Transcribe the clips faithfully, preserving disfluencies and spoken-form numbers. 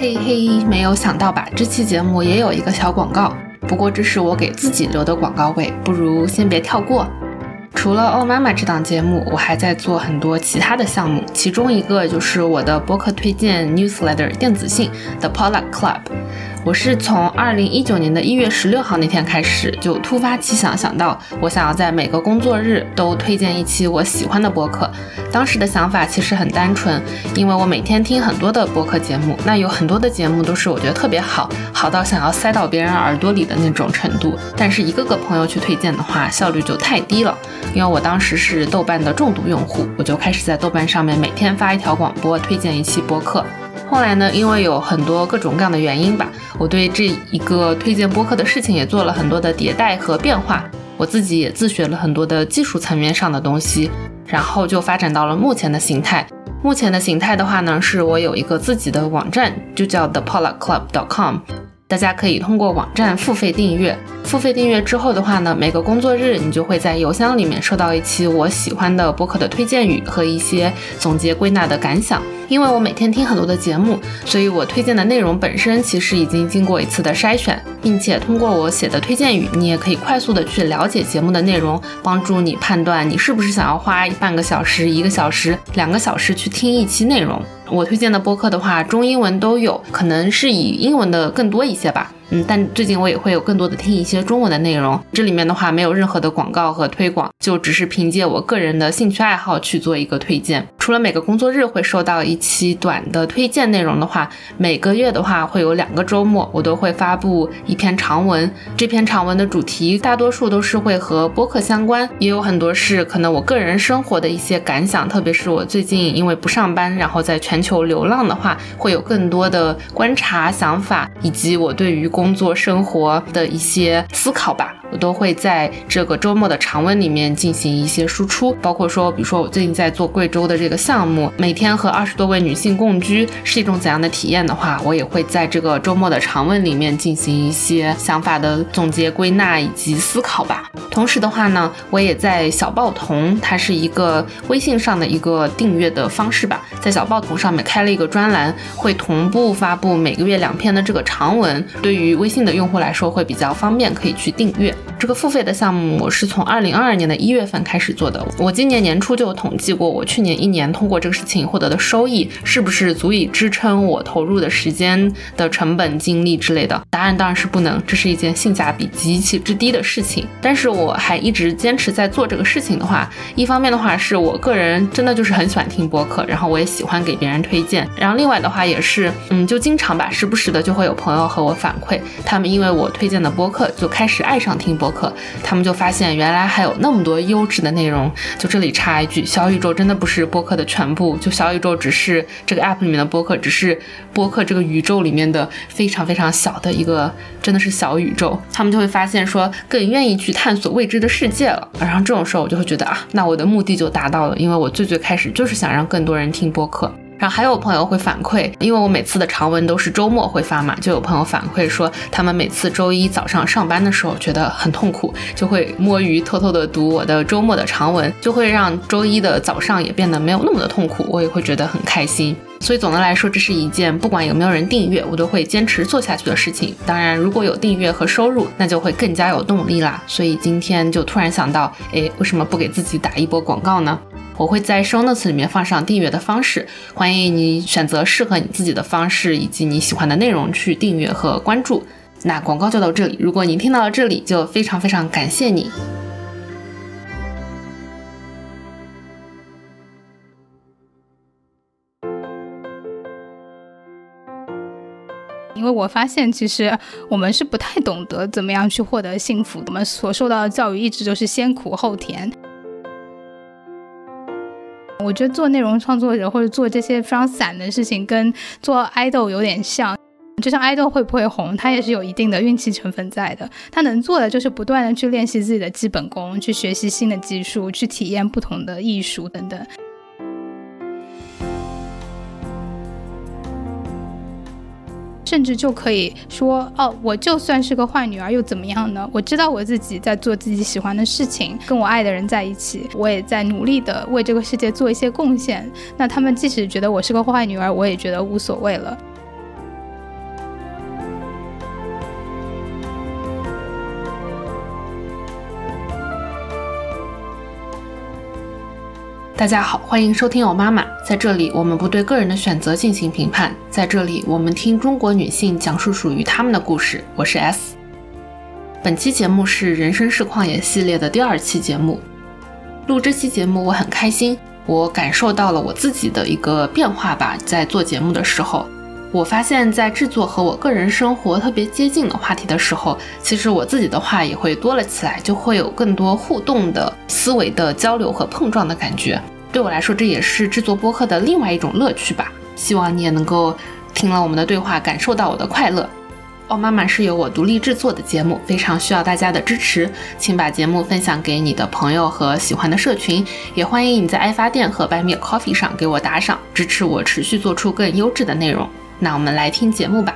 嘿嘿，没有想到吧，这期节目也有一个小广告，不过这是我给自己留的广告位，不如先别跳过。除了哦妈妈这档节目，我还在做很多其他的项目，其中一个就是我的播客推荐 newsletter 电子信 The Potluck Club。我是从二零一九年的一月十六号那天开始，就突发奇想，想到我想要在每个工作日都推荐一期我喜欢的播客。当时的想法其实很单纯，因为我每天听很多的播客节目，那有很多的节目都是我觉得特别好，好到想要塞到别人耳朵里的那种程度，但是一个个朋友去推荐的话，效率就太低了。因为我当时是豆瓣的重度用户，我就开始在豆瓣上面每天发一条广播，推荐一期播客。后来呢，因为有很多各种各样的原因吧，我对这一个推荐播客的事情也做了很多的迭代和变化，我自己也自学了很多的技术层面上的东西，然后就发展到了目前的形态。目前的形态的话呢，是我有一个自己的网站，就叫 the potluck club dot com， 大家可以通过网站付费订阅。付费订阅之后的话呢，每个工作日你就会在邮箱里面收到一期我喜欢的播客的推荐语和一些总结归纳的感想。因为我每天听很多的节目，所以我推荐的内容本身其实已经经过一次的筛选，并且通过我写的推荐语，你也可以快速的去了解节目的内容，帮助你判断你是不是想要花半个小时、一个小时、两个小时去听一期内容。我推荐的播客的话，中英文都有，可能是以英文的更多一些吧。嗯，但最近我也会有更多的听一些中文的内容，这里面的话没有任何的广告和推广，就只是凭借我个人的兴趣爱好去做一个推荐。除了每个工作日会收到一期短的推荐内容的话，每个月的话会有两个周末我都会发布一篇长文，这篇长文的主题大多数都是会和播客相关，也有很多是可能我个人生活的一些感想，特别是我最近因为不上班，然后在全球流浪的话，会有更多的观察想法，以及我对于工作生活的一些思考吧，我都会在这个周末的长文里面进行一些输出。包括说比如说我最近在做贵州的这个项目，每天和二十多位女性共居是一种怎样的体验的话，我也会在这个周末的长文里面进行一些想法的总结归纳以及思考吧。同时的话呢，我也在小报童，它是一个微信上的一个订阅的方式吧，在小报童上面开了一个专栏，会同步发布每个月两篇的这个长文，对于微信的用户来说会比较方便，可以去订阅。这个付费的项目我是从二零二二年的一月份开始做的，我今年年初就有统计过我去年一年通过这个事情获得的收益是不是足以支撑我投入的时间的成本精力之类的，答案当然是不能，这是一件性价比极其之低的事情。但是我还一直坚持在做这个事情的话，一方面的话是我个人真的就是很喜欢听播客，然后我也喜欢给别人推荐，然后另外的话也是嗯，就经常吧，时不时的就会有朋友和我反馈，他们因为我推荐的播客就开始爱上听播客，他们就发现原来还有那么多优质的内容。就这里插一句，小宇宙真的不是播客的全部，就小宇宙只是这个 app 里面的播客，只是播客这个宇宙里面的非常非常小的一个，真的是小宇宙。他们就会发现说更愿意去探索未知的世界了，然后这种时候我就会觉得啊，那我的目的就达到了，因为我最最开始就是想让更多人听播客。然后还有朋友会反馈，因为我每次的长文都是周末会发嘛，就有朋友反馈说他们每次周一早上上班的时候觉得很痛苦，就会摸鱼偷偷的读我的周末的长文，就会让周一的早上也变得没有那么的痛苦，我也会觉得很开心。所以总的来说，这是一件不管有没有人订阅我都会坚持做下去的事情。当然如果有订阅和收入，那就会更加有动力啦。所以今天就突然想到，诶，为什么不给自己打一波广告呢？我会在 show notes 里面放上订阅的方式，欢迎你选择适合你自己的方式以及你喜欢的内容去订阅和关注。那广告就到这里，如果你听到了这里，就非常非常感谢你。 因为我发现其实我们是不太懂得怎么样去获得幸福，我们所受到的教育一直就是先苦后甜。我觉得做内容创作者或者做这些非常散的事情跟做 idol 有点像，就像 idol 会不会红，它也是有一定的运气成分在的，他能做的就是不断的去练习自己的基本功，去学习新的技术，去体验不同的艺术等等。甚至就可以说，哦，我就算是个坏女儿又怎么样呢？我知道我自己在做自己喜欢的事情，跟我爱的人在一起，我也在努力的为这个世界做一些贡献，那他们即使觉得我是个坏女儿，我也觉得无所谓了。 大家好，欢迎收听我妈妈。在这里，我们不对个人的选择进行评判，在这里，我们听中国女性讲述属于她们的故事。我是 S。本期节目是人生是旷野系列的第二期节目。录这期节目我很开心，我感受到了我自己的一个变化吧。在做节目的时候，我发现在制作和我个人生活特别接近的话题的时候，其实我自己的话也会多了起来，就会有更多互动的思维的交流和碰撞的感觉。对我来说，这也是制作播客的另外一种乐趣吧。希望你也能够听了我们的对话，感受到我的快乐。哦妈妈是由我独立制作的节目，非常需要大家的支持，请把节目分享给你的朋友和喜欢的社群，也欢迎你在爱发电和 Buy Me a Coffee 上给我打赏，支持我持续做出更优质的内容。那我们来听节目吧。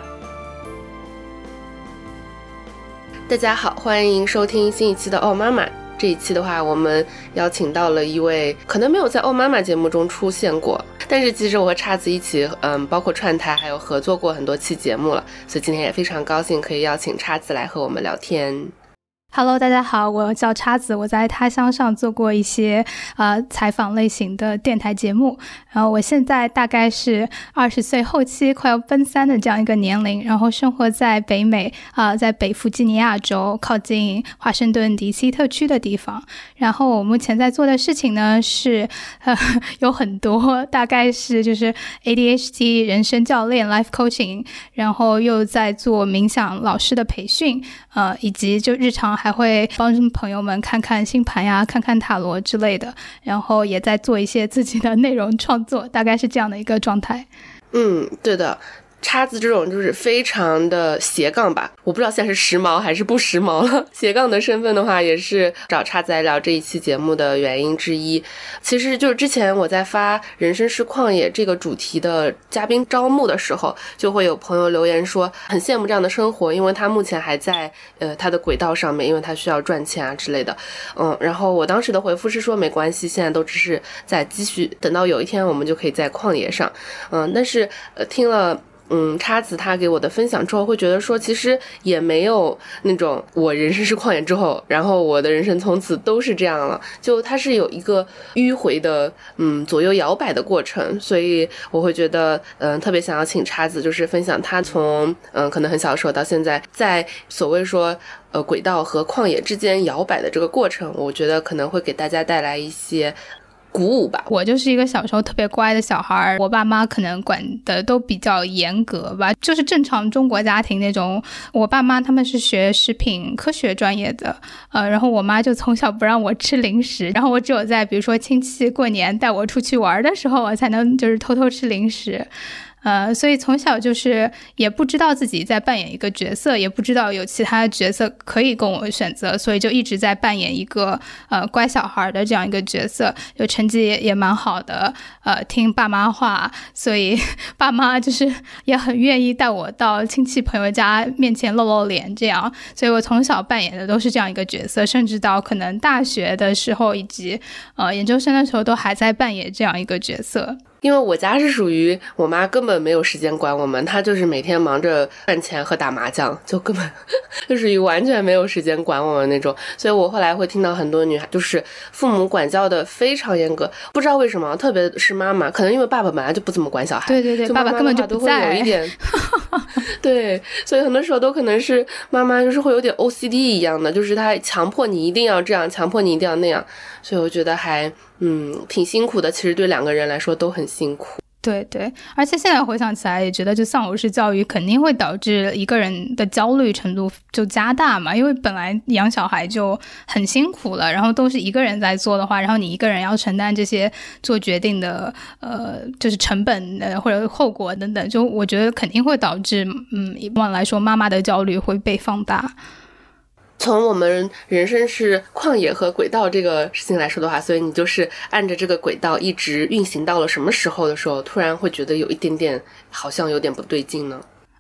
大家好，欢迎收听新一期的哦妈妈。这一期的话，我们邀请到了一位可能没有在哦妈妈节目中出现过，但是其实我和叉子一起嗯，包括串台还有合作过很多期节目了，所以今天也非常高兴可以邀请叉子来和我们聊天。 Hello， 大家好，我叫叉子，我在他乡上做过一些呃采访类型的电台节目，然后我现在大概是二十岁后期快要奔三的这样一个年龄，然后生活在北美啊、呃，在北弗吉尼亚州靠近华盛顿 D C 特区的地方。然后我目前在做的事情呢是呃有很多，大概是就是 A D H D 人生教练 Life Coaching， 然后又在做冥想老师的培训，呃以及就日常还会帮助朋友们看看星盘呀，看看塔罗之类的，然后也在做一些自己的内容创作，大概是这样的一个状态。 嗯，对的。叉子这种就是非常的斜杠吧，我不知道现在是时髦还是不时髦了。斜杠的身份的话，也是找叉子来聊这一期节目的原因之一。其实就是之前我在发人生是旷野这个主题的嘉宾招募的时候，就会有朋友留言说很羡慕这样的生活，因为他目前还在呃他的轨道上面，因为他需要赚钱啊之类的。嗯，然后我当时的回复是说没关系，现在都只是在继续，等到有一天我们就可以在旷野上。嗯，但是呃听了嗯，叉子他给我的分享之后，会觉得说其实也没有那种我人生是旷野之后，然后我的人生从此都是这样了，就它是有一个迂回的嗯左右摇摆的过程，所以我会觉得嗯特别想要请叉子就是分享他从嗯可能很小的时候到现在在所谓说呃轨道和旷野之间摇摆的这个过程，我觉得可能会给大家带来一些鼓舞吧。 我就是一个小时候特别乖的小孩，我爸妈可能管的都比较严格吧，就是正常中国家庭那种。我爸妈他们是学食品科学专业的，呃，然后我妈就从小不让我吃零食，然后我只有在比如说亲戚过年带我出去玩的时候，我才能就是偷偷吃零食。呃，所以从小就是也不知道自己在扮演一个角色，也不知道有其他的角色可以供我选择，所以就一直在扮演一个呃乖小孩的这样一个角色，就成绩也也蛮好的，呃，听爸妈话，所以爸妈就是也很愿意带我到亲戚朋友家面前露露脸这样，所以我从小扮演的都是这样一个角色，甚至到可能大学的时候以及呃研究生的时候都还在扮演这样一个角色。 因为我家是属于我妈根本没有时间管我们，她就是每天忙着赚钱和打麻将，就根本就属于完全没有时间管我们那种。所以我后来会听到很多女孩就是父母管教的非常严格，不知道为什么，特别是妈妈，可能因为爸爸本来就不怎么管小孩， 对对对， 就妈妈爸爸根本就都会有一点对，所以很多时候都可能是妈妈就是会有点 O C D 一样的，就是她强迫你一定要这样，强迫你一定要那样，所以我觉得还嗯挺辛苦的，其实对两个人来说都很辛苦。 对对，而且现在回想起来也觉得就丧偶式教育肯定会导致一个人的焦虑程度就加大嘛，因为本来养小孩就很辛苦了，然后都是一个人在做的话，然后你一个人要承担这些做决定的呃就是成本呃或者后果等等，就我觉得肯定会导致嗯一般来说妈妈的焦虑会被放大。 从我们人生是旷野和轨道这个事情来说的话，所以你就是按着这个轨道一直运行到了什么时候的时候，突然会觉得有一点点好像有点不对劲呢？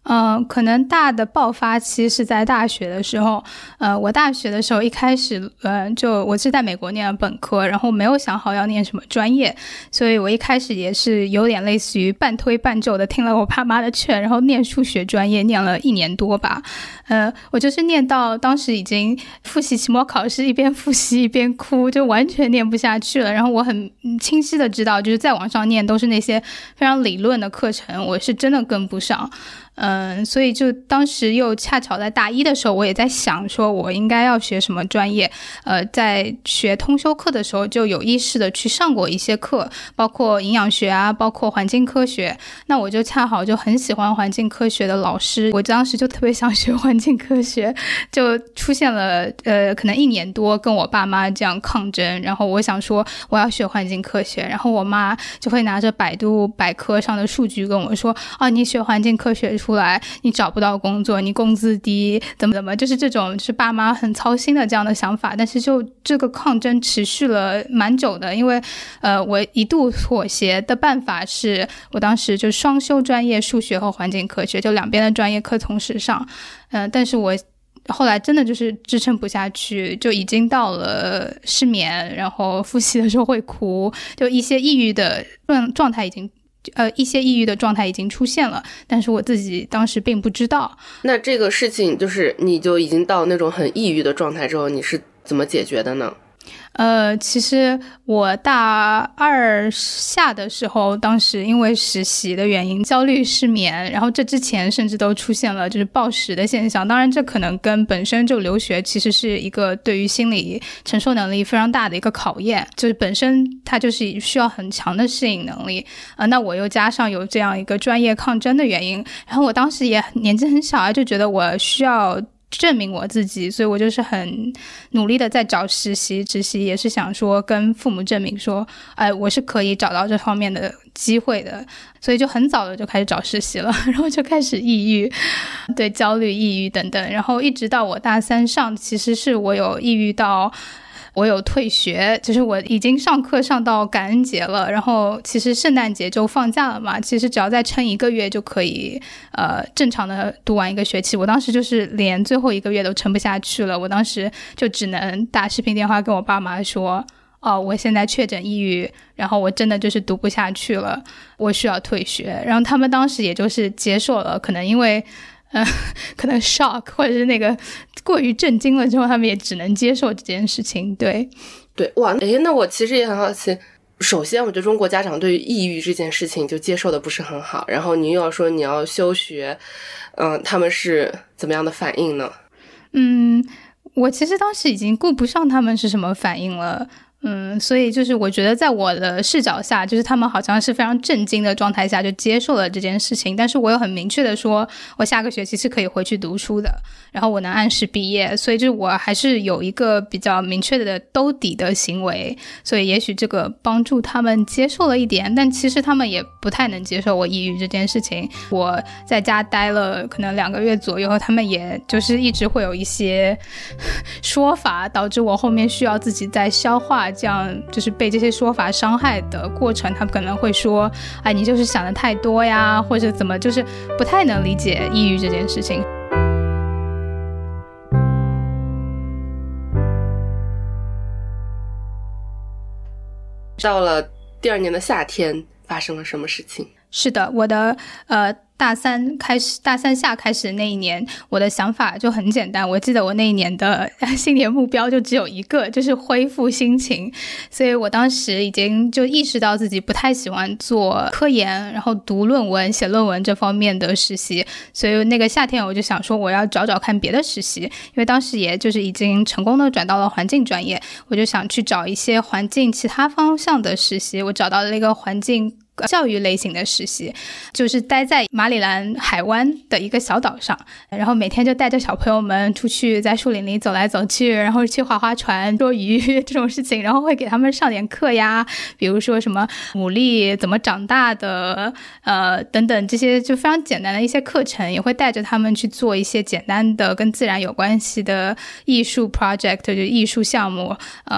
呃，可能大的爆发期是在大学的时候。呃，我大学的时候一开始，呃，就我是在美国念的本科，然后没有想好要念什么专业，所以我一开始也是有点类似于半推半就的听了我爸妈的劝，然后念数学专业，念了一年多吧。呃，我就是念到当时已经复习期末考试，一边复习一边哭，就完全念不下去了。然后我很清晰的知道，就是再往上念都是那些非常理论的课程，我是真的跟不上。嗯，所以就当时又恰巧在大一的时候，我也在想说我应该要学什么专业。呃，在学通修课的时候就有意识的去上过一些课，包括营养学啊，包括环境科学。那我就恰好就很喜欢环境科学的老师，我当时就特别想学环境科学，就出现了呃，可能一年多跟我爸妈这样抗争。然后我想说我要学环境科学，然后我妈就会拿着百度百科上的数据跟我说，啊，你学环境科学出来你找不到工作，你工资低，怎么怎么，就是这种就是爸妈很操心的这样的想法。但是就这个抗争持续了蛮久的，因为呃，我一度妥协的办法是我当时就双修专业数学和环境科学，就两边的专业课同时上。嗯、呃，但是我后来真的就是支撑不下去，就已经到了失眠，然后复习的时候会哭，就一些抑郁的状态已经呃，一些抑郁的状态已经出现了，但是我自己当时并不知道。 那这个事情就是你就已经到那种很抑郁的状态之后，你是怎么解决的呢？ 呃，其实我大二下的时候，当时因为实习的原因焦虑失眠，然后这之前甚至都出现了就是暴食的现象。当然这可能跟本身就留学其实是一个对于心理承受能力非常大的一个考验，就是本身它就是需要很强的适应能力。呃，那我又加上有这样一个专业抗争的原因，然后我当时也年纪很小啊，就觉得我需要证明我自己，所以我就是很努力的在找实习，实习也是想说跟父母证明说，哎，我是可以找到这方面的机会的，所以就很早的就开始找实习了，然后就开始抑郁，对，焦虑、抑郁等等，然后一直到我大三上，其实是我有抑郁到我有退学，就是我已经上课上到感恩节了，然后其实圣诞节就放假了嘛，其实只要再撑一个月就可以呃正常的读完一个学期。我当时就是连最后一个月都撑不下去了，我当时就只能打视频电话跟我爸妈说，哦，我现在确诊抑郁，然后我真的就是读不下去了，我需要退学。然后他们当时也就是接受了，可能因为呃，可能 shock 或者是那个过于震惊了之后，他们也只能接受这件事情。对对，哇，诶，那我其实也很好奇，首先我觉得中国家长对于抑郁这件事情就接受的不是很好，然后你又要说你要休学，嗯、呃，他们是怎么样的反应呢？ 嗯，我其实当时已经顾不上他们是什么反应了。嗯，所以就是我觉得在我的视角下，就是他们好像是非常震惊的状态下就接受了这件事情，但是我有很明确的说我下个学期是可以回去读书的，然后我能按时毕业，所以就是我还是有一个比较明确的兜底的行为，所以也许这个帮助他们接受了一点，但其实他们也不太能接受我抑郁这件事情。我在家待了可能两个月左右，他们也就是一直会有一些说法，导致我后面需要自己再消化，这样就是被这些说法伤害的过程，他们可能会说，哎，你就是想的太多呀，或者怎么，就是不太能理解抑郁这件事情。 到了第二年的夏天，发生了什么事情？ 是的，我的呃大三开始，大三下开始那一年，我的想法就很简单。我记得我那一年的新年目标就只有一个，就是恢复心情。所以我当时已经就意识到自己不太喜欢做科研，然后读论文、写论文这方面的实习。所以那个夏天我就想说，我要找找看别的实习，因为当时也就是已经成功的转到了环境专业，我就想去找一些环境其他方向的实习。我找到了一个环境教育类型的实习，就是待在马里兰海湾的一个小岛上，然后每天就带着小朋友们出去在树林里走来走去，然后去划划船、捉鱼这种事情，然后会给他们上点课呀，比如说什么牡蛎怎么长大的，呃等等，这些就非常简单的一些课程，也会带着他们去做一些简单的跟自然有关系的艺术 project， 就是艺术项目，呃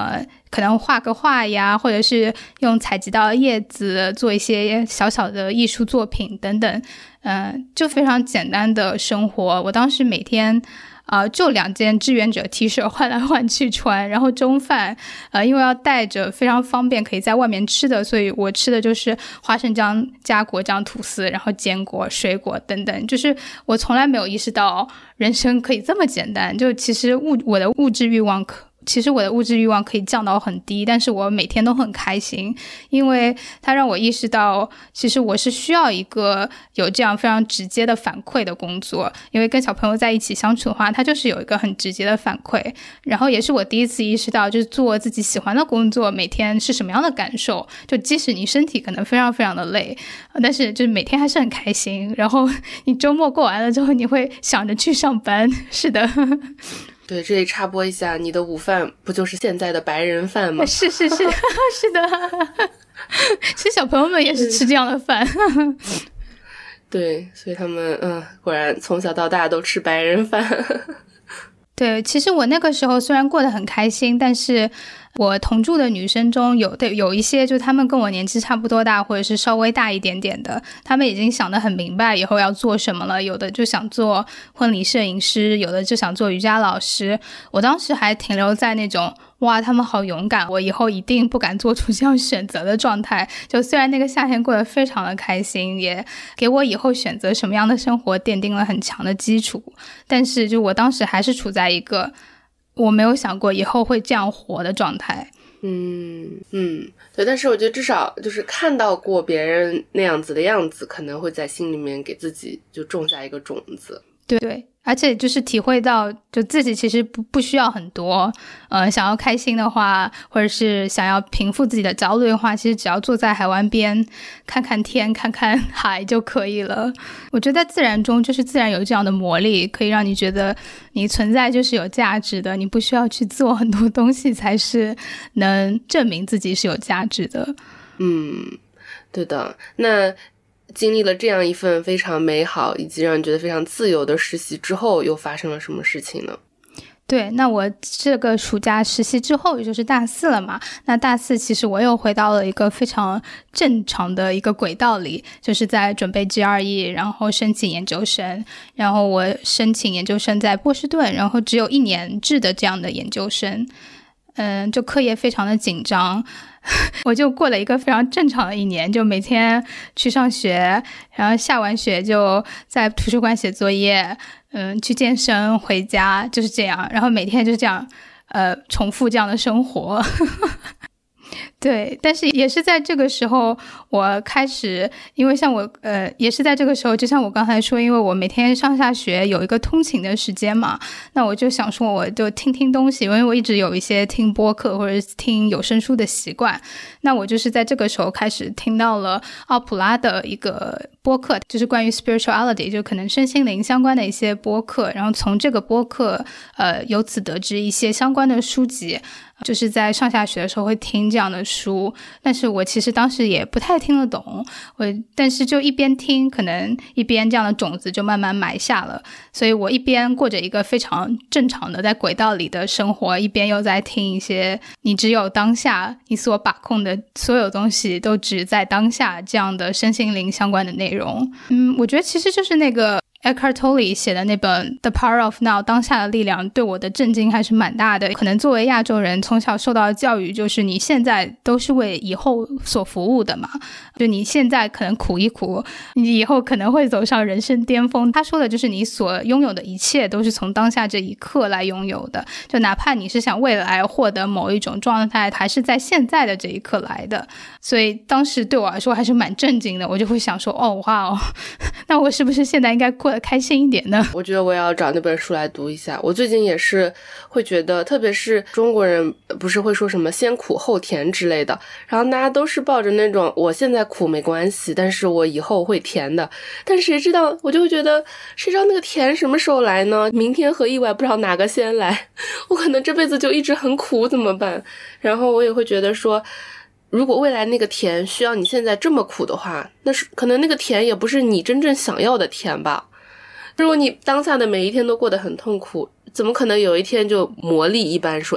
可能画个画呀，或者是用采集到的叶子做一些小小的艺术作品等等，嗯、呃，就非常简单的生活。我当时每天呃，就两件志愿者 T 恤换来换去穿，然后中饭呃，因为要带着非常方便可以在外面吃的，所以我吃的就是花生酱加果酱吐司，然后坚果水果等等，就是我从来没有意识到人生可以这么简单，就其实物我的物质欲望可其实我的物质欲望可以降到很低，但是我每天都很开心，因为它让我意识到其实我是需要一个有这样非常直接的反馈的工作，因为跟小朋友在一起相处的话，它就是有一个很直接的反馈，然后也是我第一次意识到就是做自己喜欢的工作每天是什么样的感受，就即使你身体可能非常非常的累，但是就是每天还是很开心，然后你周末过完了之后你会想着去上班。是的。 对，这里插播一下，你的午饭不就是现在的白人饭吗？ 是是是是的。其实小朋友们也是吃这样的饭。 对，所以他们嗯，果然从小到大都吃白人饭。 对，其实我那个时候虽然过得很开心，但是我同住的女生中有的有一些就她们跟我年纪差不多大，或者是稍微大一点点的，她们已经想得很明白以后要做什么了，有的就想做婚礼摄影师，有的就想做瑜伽老师。我当时还停留在那种哇他们好勇敢，我以后一定不敢做出这样选择的状态，就虽然那个夏天过得非常的开心，也给我以后选择什么样的生活奠定了很强的基础，但是就我当时还是处在一个我没有想过以后会这样活的状态。 嗯嗯，对，但是我觉得至少就是看到过别人那样子的样子，可能会在心里面给自己就种下一个种子。 对对，而且就是体会到就自己其实不不需要很多，呃，想要开心的话，或者是想要平复自己的焦虑的话，其实只要坐在海湾边看看天看看海就可以了。我觉得在自然中就是自然有这样的魔力，可以让你觉得你存在就是有价值的，你不需要去做很多东西才是能证明自己是有价值的。 嗯，对的。那经历了这样一份非常美好以及让你觉得非常自由的实习之后，又发生了什么事情呢？ 对，那我这个暑假实习之后也就是大四了嘛，那大四其实我又回到了一个非常正常的一个轨道里，就是在准备 G R E 然后申请研究生，然后我申请研究生在波士顿，然后只有一年制的这样的研究生，嗯，就课业非常的紧张，我就过了一个非常正常的一年，就每天去上学，然后下完学就在图书馆写作业，嗯，去健身，回家，就是这样，然后每天就这样，呃，重复这样的生活。对，但是也是在这个时候我开始，因为像我呃也是在这个时候，就像我刚才说，因为我每天上下学有一个通勤的时间嘛，那我就想说我就听听东西，因为我一直有一些听播客或者听有声书的习惯，那我就是在这个时候开始听到了奥普拉的一个播客，就是关于 spirituality 就可能身心灵相关的一些播客，然后从这个播客呃由此得知一些相关的书籍，就是在上下学的时候会听这样的书，但是我其实当时也不太听得懂，我但是就一边听，可能一边这样的种子就慢慢埋下了，所以我一边过着一个非常正常的在轨道里的生活，一边又在听一些你只有当下你所把控的所有东西都只在当下这样的身心灵相关的内容。嗯，我觉得其实就是那个Eckhart Tolle 写的那本 The Power of Now 当下的力量对我的震惊还是蛮大的，可能作为亚洲人从小受到的教育就是你现在都是为以后所服务的嘛，就你现在可能苦一苦，你以后可能会走上人生巅峰，他说的就是你所拥有的一切都是从当下这一刻来拥有的，就哪怕你是想未来获得某一种状态，还是在现在的这一刻来的，所以当时对我来说还是蛮震惊的，我就会想说哦哇哦，那我是不是现在应该过得开心一点呢？ 我觉得我也要找那本书来读一下。我最近也是会觉得，特别是中国人不是会说什么先苦后甜之类的，然后大家都是抱着那种我现在苦没关系，但是我以后会甜的，但谁知道我就会觉得谁知道那个甜什么时候来呢？明天和意外不知道哪个先来，我可能这辈子就一直很苦怎么办？然后我也会觉得说，如果未来那个甜需要你现在这么苦的话，那是可能那个甜也不是你真正想要的甜吧。如果你当下的每一天都过得很痛苦，怎么可能有一天就魔力一般说，哎，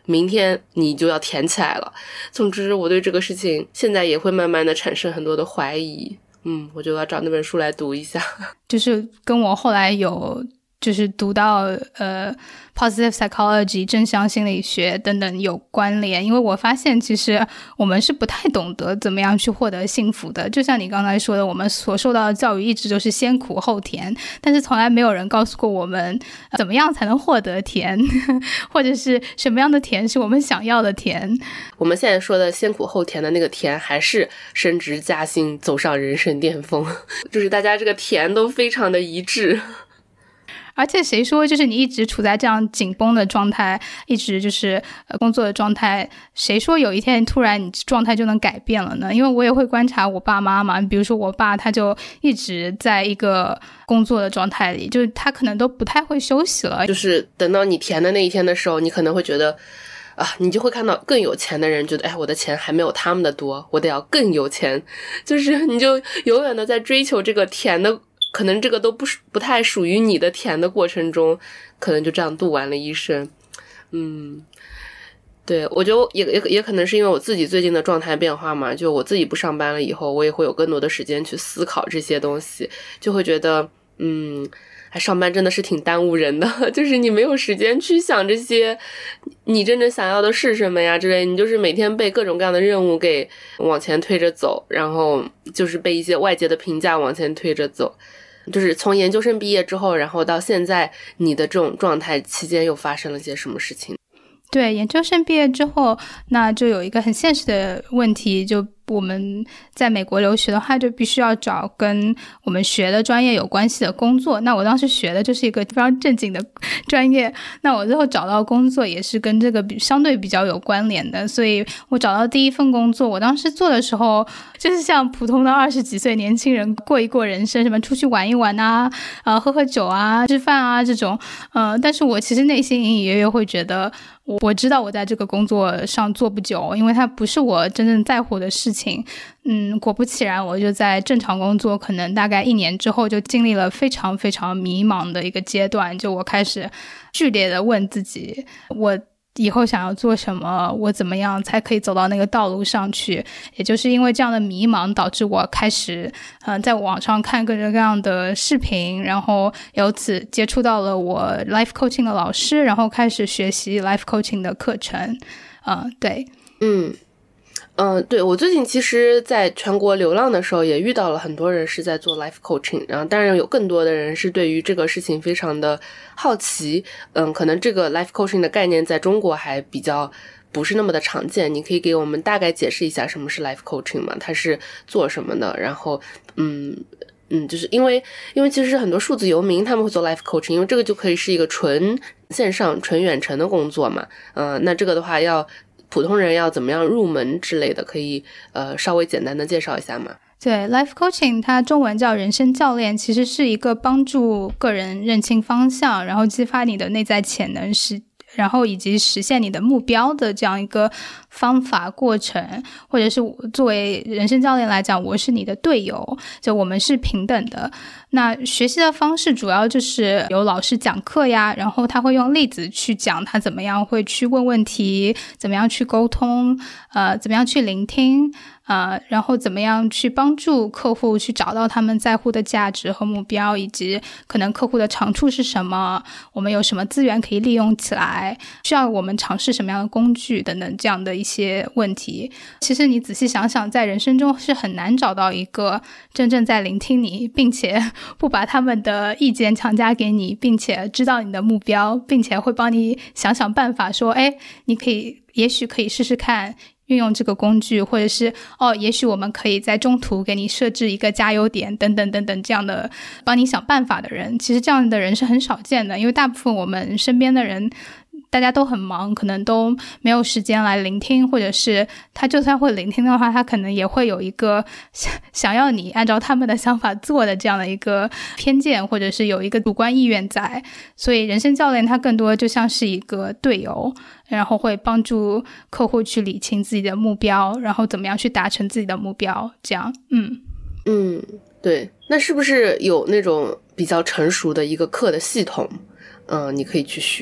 明天你就要填起来了。总之我对这个事情现在也会慢慢的产生很多的怀疑。嗯，我就要找那本书来读一下。 就是跟我后来有就是读到呃 positive psychology 正向心理学等等有关联，因为我发现其实我们是不太懂得怎么样去获得幸福的。就像你刚才说的，我们所受到的教育一直都是先苦后甜，但是从来没有人告诉过我们怎么样才能获得甜，或者是什么样的甜是我们想要的甜。 我们现在说的先苦后甜的那个甜，还是升职加薪走上人生巅峰，就是大家这个甜都非常的一致。 而且谁说就是你一直处在这样紧绷的状态，一直就是呃工作的状态，谁说有一天突然你状态就能改变了呢？因为我也会观察我爸妈嘛，比如说我爸他就一直在一个工作的状态里，就是他可能都不太会休息了。 就是等到你甜的那一天的时候，你可能会觉得啊，你就会看到更有钱的人觉得，哎，我的钱还没有他们的多，我得要更有钱，就是你就永远的在追求这个甜的，可能这个都不不太属于你的甜的过程中，可能就这样度完了一生。嗯，对，我觉得也也也可能是因为我自己最近的状态变化嘛，就我自己不上班了以后，我也会有更多的时间去思考这些东西，就会觉得嗯哎，上班真的是挺耽误人的，就是你没有时间去想这些你真正想要的是什么呀之类，你就是每天被各种各样的任务给往前推着走，然后就是被一些外界的评价往前推着走。就是从研究生毕业之后，然后到现在你的这种状态期间又发生了些什么事情？ 对，研究生毕业之后，那就有一个很现实的问题，就我们在美国留学的话，就必须要找跟我们学的专业有关系的工作。那我当时学的就是一个非常正经的专业，那我最后找到工作也是跟这个比相对比较有关联的，所以我找到第一份工作，我当时做的时候就是像普通的二十几岁年轻人过一过人生，什么出去玩一玩啊，呃，喝喝酒啊，吃饭啊这种，呃，但是我其实内心隐隐约约会觉得，我我知道我在这个工作上做不久，因为它不是我真正在乎的事情。嗯，果不其然，我就在正常工作可能大概一年之后就经历了非常非常迷茫的一个阶段，就我开始剧烈的问自己，我以后想要做什么，我怎么样才可以走到那个道路上去。也就是因为这样的迷茫，导致我开始嗯、呃，在网上看各种各样的视频，然后由此接触到了我 life coaching 的老师，然后开始学习 life coaching 的课程。嗯、呃，对， 嗯嗯、呃，对，我最近其实在全国流浪的时候也遇到了很多人是在做 life coaching， 然后当然有更多的人是对于这个事情非常的好奇。嗯，可能这个 life coaching 的概念在中国还比较不是那么的常见，你可以给我们大概解释一下什么是 life coaching 吗？它是做什么的？然后嗯嗯，就是因为因为其实很多数字游民他们会做 life coaching， 因为这个就可以是一个纯线上纯远程的工作嘛。嗯、呃，那这个的话要普通人要怎么样入门之类的，可以呃稍微简单的介绍一下吗？ 对 life coaching 它中文叫人生教练，其实是一个帮助个人认清方向，然后激发你的内在潜能，实然后以及实现你的目标的这样一个方法过程。或者是作为人生教练来讲，我是你的队友，就我们是平等的。那学习的方式主要就是有老师讲课呀，然后他会用例子去讲他怎么样会去问问题，怎么样去沟通，呃，怎么样去聆听，呃，然后怎么样去帮助客户去找到他们在乎的价值和目标，以及可能客户的长处是什么，我们有什么资源可以利用起来，需要我们尝试什么样的工具等等这样的一些问题。其实你仔细想想，在人生中是很难找到一个真正在聆听你，并且不把他们的意见强加给你，并且知道你的目标，并且会帮你想想办法说，哎，你可以也许可以试试看运用这个工具，或者是哦，也许我们可以在中途给你设置一个加油点等等等等，这样的帮你想办法的人，其实这样的人是很少见的。因为大部分我们身边的人大家都很忙，可能都没有时间来聆听，或者是他就算会聆听的话，他可能也会有一个想想要你按照他们的想法做的这样的一个偏见，或者是有一个主观意愿在。所以人生教练他更多就像是一个队友，然后会帮助客户去理清自己的目标，然后怎么样去达成自己的目标，这样。嗯嗯，对。那是不是有那种比较成熟的一个课的系统，嗯、呃，你可以去学？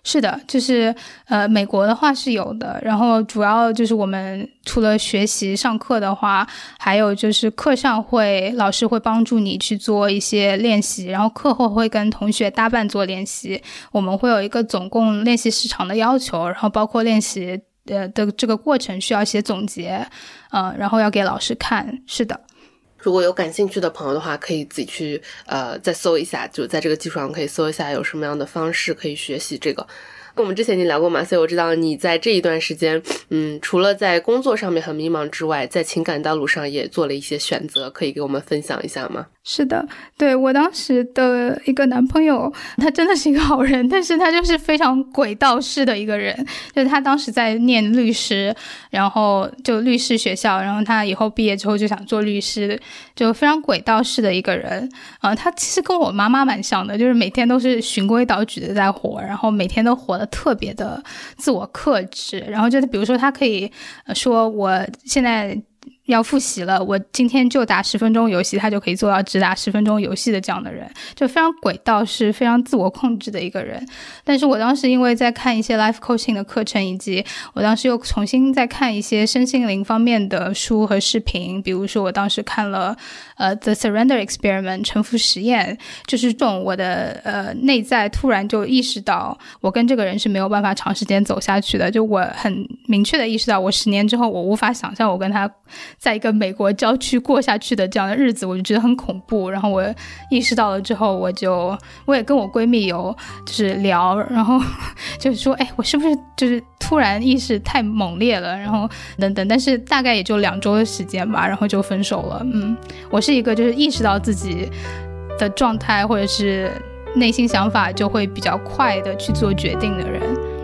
是的，就是呃，美国的话是有的，然后主要就是我们除了学习上课的话，还有就是课上会老师会帮助你去做一些练习，然后课后会跟同学搭伴做练习，我们会有一个总共练习时长的要求，然后包括练习呃的这个过程需要写总结，呃，然后要给老师看。是的。 如果有感兴趣的朋友的话，可以自己去呃再搜一下，就在这个基础上可以搜一下有什么样的方式可以学习这个。跟我们之前已经聊过嘛，所以我知道你在这一段时间，嗯，除了在工作上面很迷茫之外，在情感道路上也做了一些选择，可以给我们分享一下吗？ 是的，对，我当时的一个男朋友，他真的是一个好人，但是他就是非常轨道式的一个人，就是他当时在念律师，然后就律师学校，然后他以后毕业之后就想做律师，就非常轨道式的一个人。呃，他其实跟我妈妈蛮像的，就是每天都是循规蹈矩的在活，然后每天都活得特别的自我克制，然后就比如说他可以说我现在要复习了，我今天就打十分钟游戏，他就可以做到只打十分钟游戏的这样的人，就非常轨道，是非常自我控制的一个人。但是我当时因为在看一些 life coaching 的课程，以及我当时又重新在看一些身心灵方面的书和视频，比如说我当时看了呃 The Surrender Experiment 臣服实验，就是这种我的呃内在突然就意识到我跟这个人是没有办法长时间走下去的，就我很明确的意识到我十年之后我无法想象我跟他在一个美国郊区过下去的这样的日子，我就觉得很恐怖。然后我意识到了之后，我就我也跟我闺蜜有就是聊，然后就是说哎，我是不是就是突然意识太猛烈了，然后等等，但是大概也就两周的时间吧，然后就分手了。嗯，我是一个就是意识到自己的状态或者是内心想法就会比较快的去做决定的人。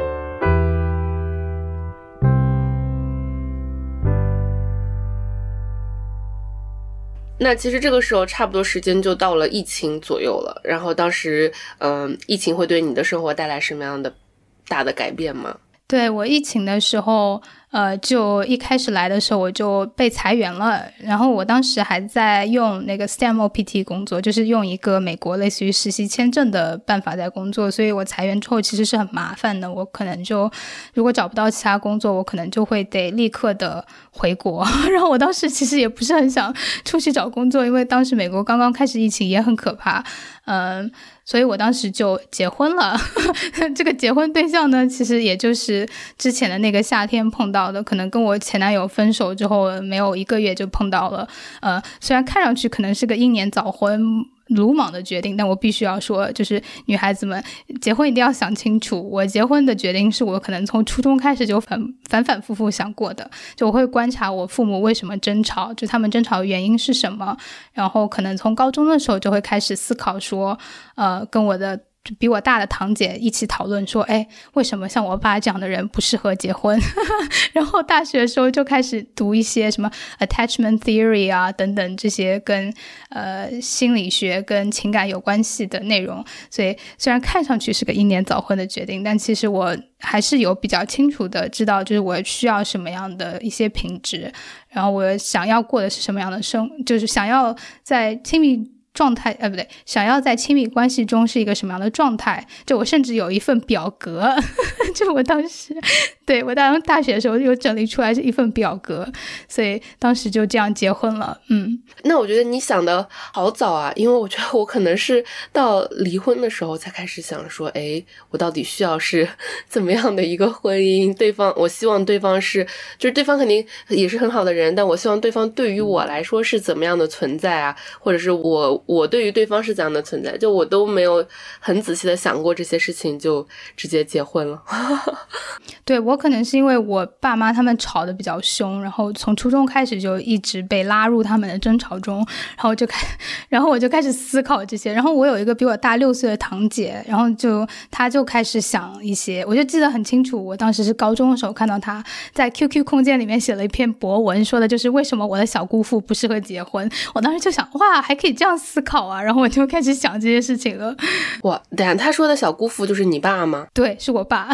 那其实这个时候差不多时间就到了疫情左右了，然后当时嗯、呃，疫情会对你的生活带来什么样的大的改变吗？ 对，我疫情的时候呃，就一开始来的时候我就被裁员了，然后我当时还在用那个 S T E M O P T 工作，就是用一个美国类似于实习签证的办法在工作，所以我裁员之后其实是很麻烦的，我可能就如果找不到其他工作，我可能就会得立刻的回国。然后我当时其实也不是很想出去找工作，因为当时美国刚刚开始疫情也很可怕，嗯，所以我当时就结婚了。这个结婚对象呢，其实也就是之前的那个夏天碰到的，可能跟我前男友分手之后没有一个月就碰到了。呃，虽然看上去可能是个英年早婚鲁莽的决定，但我必须要说，就是女孩子们结婚一定要想清楚。我结婚的决定是我可能从初中开始就反反反复复想过的，就我会观察我父母为什么争吵，就他们争吵的原因是什么，然后可能从高中的时候就会开始思考说呃，跟我的比我大的堂姐一起讨论说，哎，为什么像我爸这样的人不适合结婚？然后大学的时候就开始读一些什么 attachment theory 啊等等这些跟呃心理学跟情感有关系的内容。所以虽然看上去是个英年早婚的决定，但其实我还是有比较清楚的知道，就是我需要什么样的一些品质，然后我想要过的是什么样的生，就是想要在亲密状态呃不对，想要在亲密关系中是一个什么样的状态，就我甚至有一份表格。就我当时对我当大学的时候有整理出来是一份表格，所以当时就这样结婚了。嗯， 那我觉得你想的好早啊，因为我觉得我可能是到离婚的时候才开始想说，诶，我到底需要是怎么样的一个婚姻，对方我希望对方是就是对方肯定也是很好的人，但我希望对方对于我来说是怎么样的存在啊，或者是我我对于对方是怎样的存在，就我都没有很仔细的想过这些事情，就直接结婚了。 对，我可能是因为我爸妈他们吵得比较凶，然后从初中开始就一直被拉入他们的争吵中，然后就开然后我就开始思考这些。然后我有一个比我大六岁的堂姐，然后就她就开始想一些，我就记得很清楚，我当时是高中的时候看到她在 Q Q 空间里面写了一篇博文，说的就是为什么我的小姑父不适合结婚。我当时就想，哇，还可以这样思考啊，然后我就开始想这些事情了。 哇，等下他说的小姑父就是你爸吗？ 对，是我爸。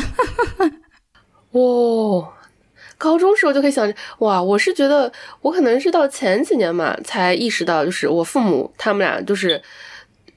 哦，高中时候就可以想，哇，我是觉得我可能是到前几年嘛才意识到，就是我父母他们俩就是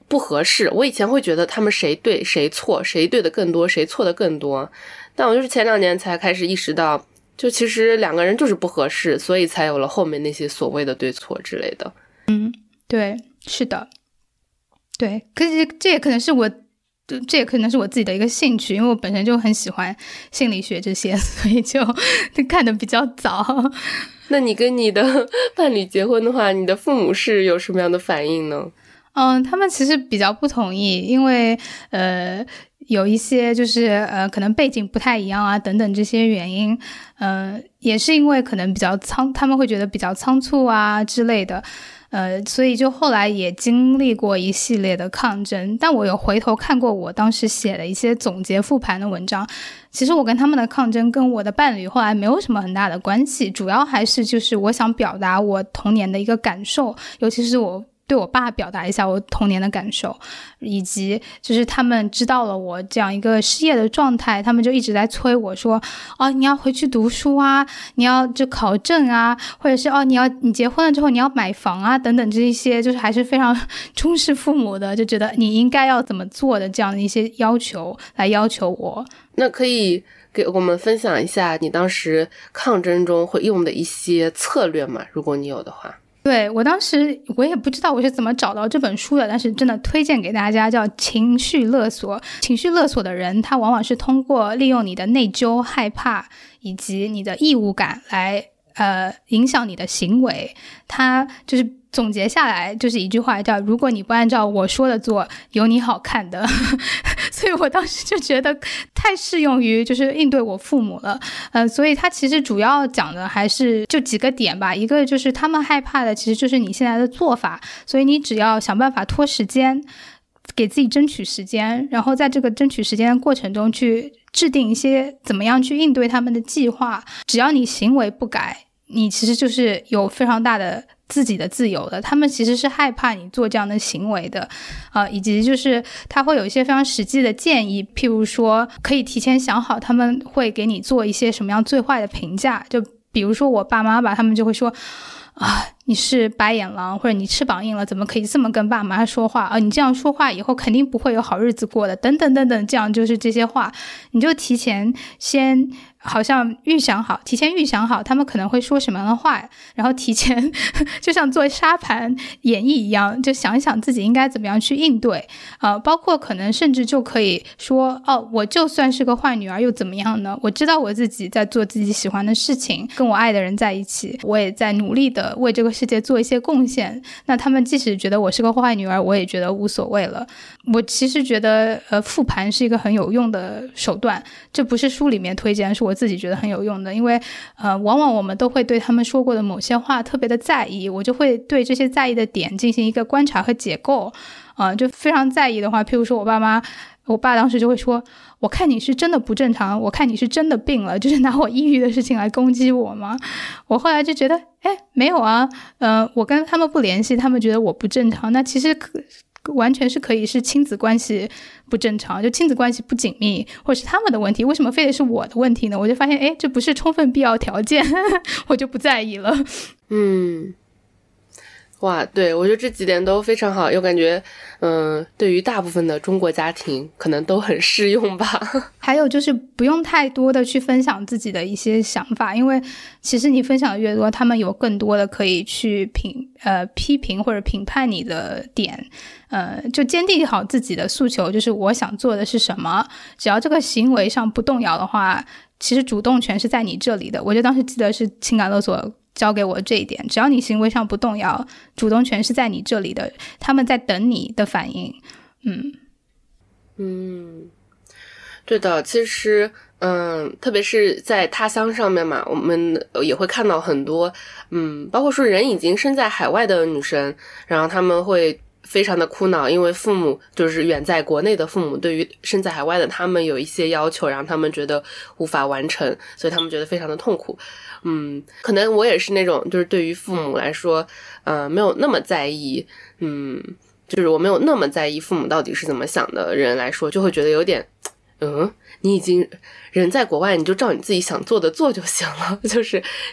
不合适。我以前会觉得他们谁对谁错，谁对的更多，谁错的更多，但我就是前两年才开始意识到，就其实两个人就是不合适，所以才有了后面那些所谓的对错之类的。 嗯，对，是的，对，可是这也可能是我。这也可能是我自己的一个兴趣，因为我本身就很喜欢心理学这些，所以就看得比较早。 那你跟你的伴侣结婚的话，你的父母是有什么样的反应呢？ 嗯，他们其实比较不同意，因为呃有一些就是呃可能背景不太一样啊等等这些原因，嗯、呃，也是因为可能比较仓，他们会觉得比较仓促啊之类的。呃，所以就后来也经历过一系列的抗争，但我有回头看过我当时写的一些总结复盘的文章，其实我跟他们的抗争跟我的伴侣后来没有什么很大的关系，主要还是就是我想表达我童年的一个感受，尤其是我对我爸表达一下我童年的感受，以及就是他们知道了我这样一个失业的状态，他们就一直在催我说，哦，你要回去读书啊，你要就考证啊，或者是哦，你要你结婚了之后你要买房啊，等等这一些就是还是非常中式父母的，就觉得你应该要怎么做的这样的一些要求来要求我。 那可以给我们分享一下你当时抗争中会用的一些策略吗？如果你有的话。 对，我当时我也不知道我是怎么找到这本书的，但是真的推荐给大家，叫情绪勒索。情绪勒索的人他往往是通过利用你的内疚、害怕以及你的义务感来呃影响你的行为。他就是总结下来就是一句话叫，如果你不按照我说的做，有你好看的。所以我当时就觉得太适用于就是应对我父母了，呃，所以他其实主要讲的还是就几个点吧。一个就是他们害怕的其实就是你现在的做法，所以你只要想办法拖时间，给自己争取时间，然后在这个争取时间的过程中去制定一些怎么样去应对他们的计划。只要你行为不改，你其实就是有非常大的自己的自由的，他们其实是害怕你做这样的行为的，呃，以及就是他会有一些非常实际的建议，譬如说可以提前想好他们会给你做一些什么样最坏的评价，就比如说我爸妈吧，他们就会说啊，你是白眼狼，或者你翅膀硬了，怎么可以这么跟爸妈说话啊？你这样说话以后肯定不会有好日子过的，等等等等，这样就是这些话，你就提前先好像预想好，提前预想好他们可能会说什么样的话，然后提前就像做沙盘演绎一样，就想一想自己应该怎么样去应对，呃，包括可能甚至就可以说，哦，我就算是个坏女儿又怎么样呢？我知道我自己在做自己喜欢的事情，跟我爱的人在一起，我也在努力的为这个世界做一些贡献。那他们即使觉得我是个坏女儿，我也觉得无所谓了。我其实觉得，呃，复盘是一个很有用的手段，这不是书里面推荐，是我自己觉得很有用的。因为，呃，往往我们都会对他们说过的某些话特别的在意，我就会对这些在意的点进行一个观察和解构。呃，就非常在意的话，譬如说我爸妈。我爸当时就会说，我看你是真的不正常，我看你是真的病了，就是拿我抑郁的事情来攻击我吗？我后来就觉得，哎，没有啊，呃，我跟他们不联系，他们觉得我不正常，那其实可完全是可以是亲子关系不正常，就亲子关系不紧密，或者是他们的问题，为什么非得是我的问题呢？我就发现，哎，这不是充分必要条件，我就不在意了。 嗯。哇，对，我觉得这几点都非常好，又感觉嗯，对于大部分的中国家庭可能都很适用吧。 还有就是不用太多的去分享自己的一些想法，因为其实你分享的越多，他们有更多的可以去评呃批评或者评判你的点。呃，就坚定好自己的诉求，就是我想做的是什么，只要这个行为上不动摇的话，其实主动权是在你这里的。我就当时记得是情感勒索教给我这一点，只要你行为上不动摇，主动权是在你这里的，他们在等你的反应。嗯嗯，对的，其实嗯，特别是在他乡上面嘛，我们也会看到很多嗯，包括说人已经身在海外的女生，然后他们会非常的苦恼，因为父母就是远在国内的父母对于身在海外的他们有一些要求，让他们觉得无法完成，所以他们觉得非常的痛苦。嗯，可能我也是那种就是对于父母来说呃，没有那么在意，嗯，就是我没有那么在意父母到底是怎么想的人来说，就会觉得有点嗯，你已经人在国外，你就照你自己想做的做就行了，就是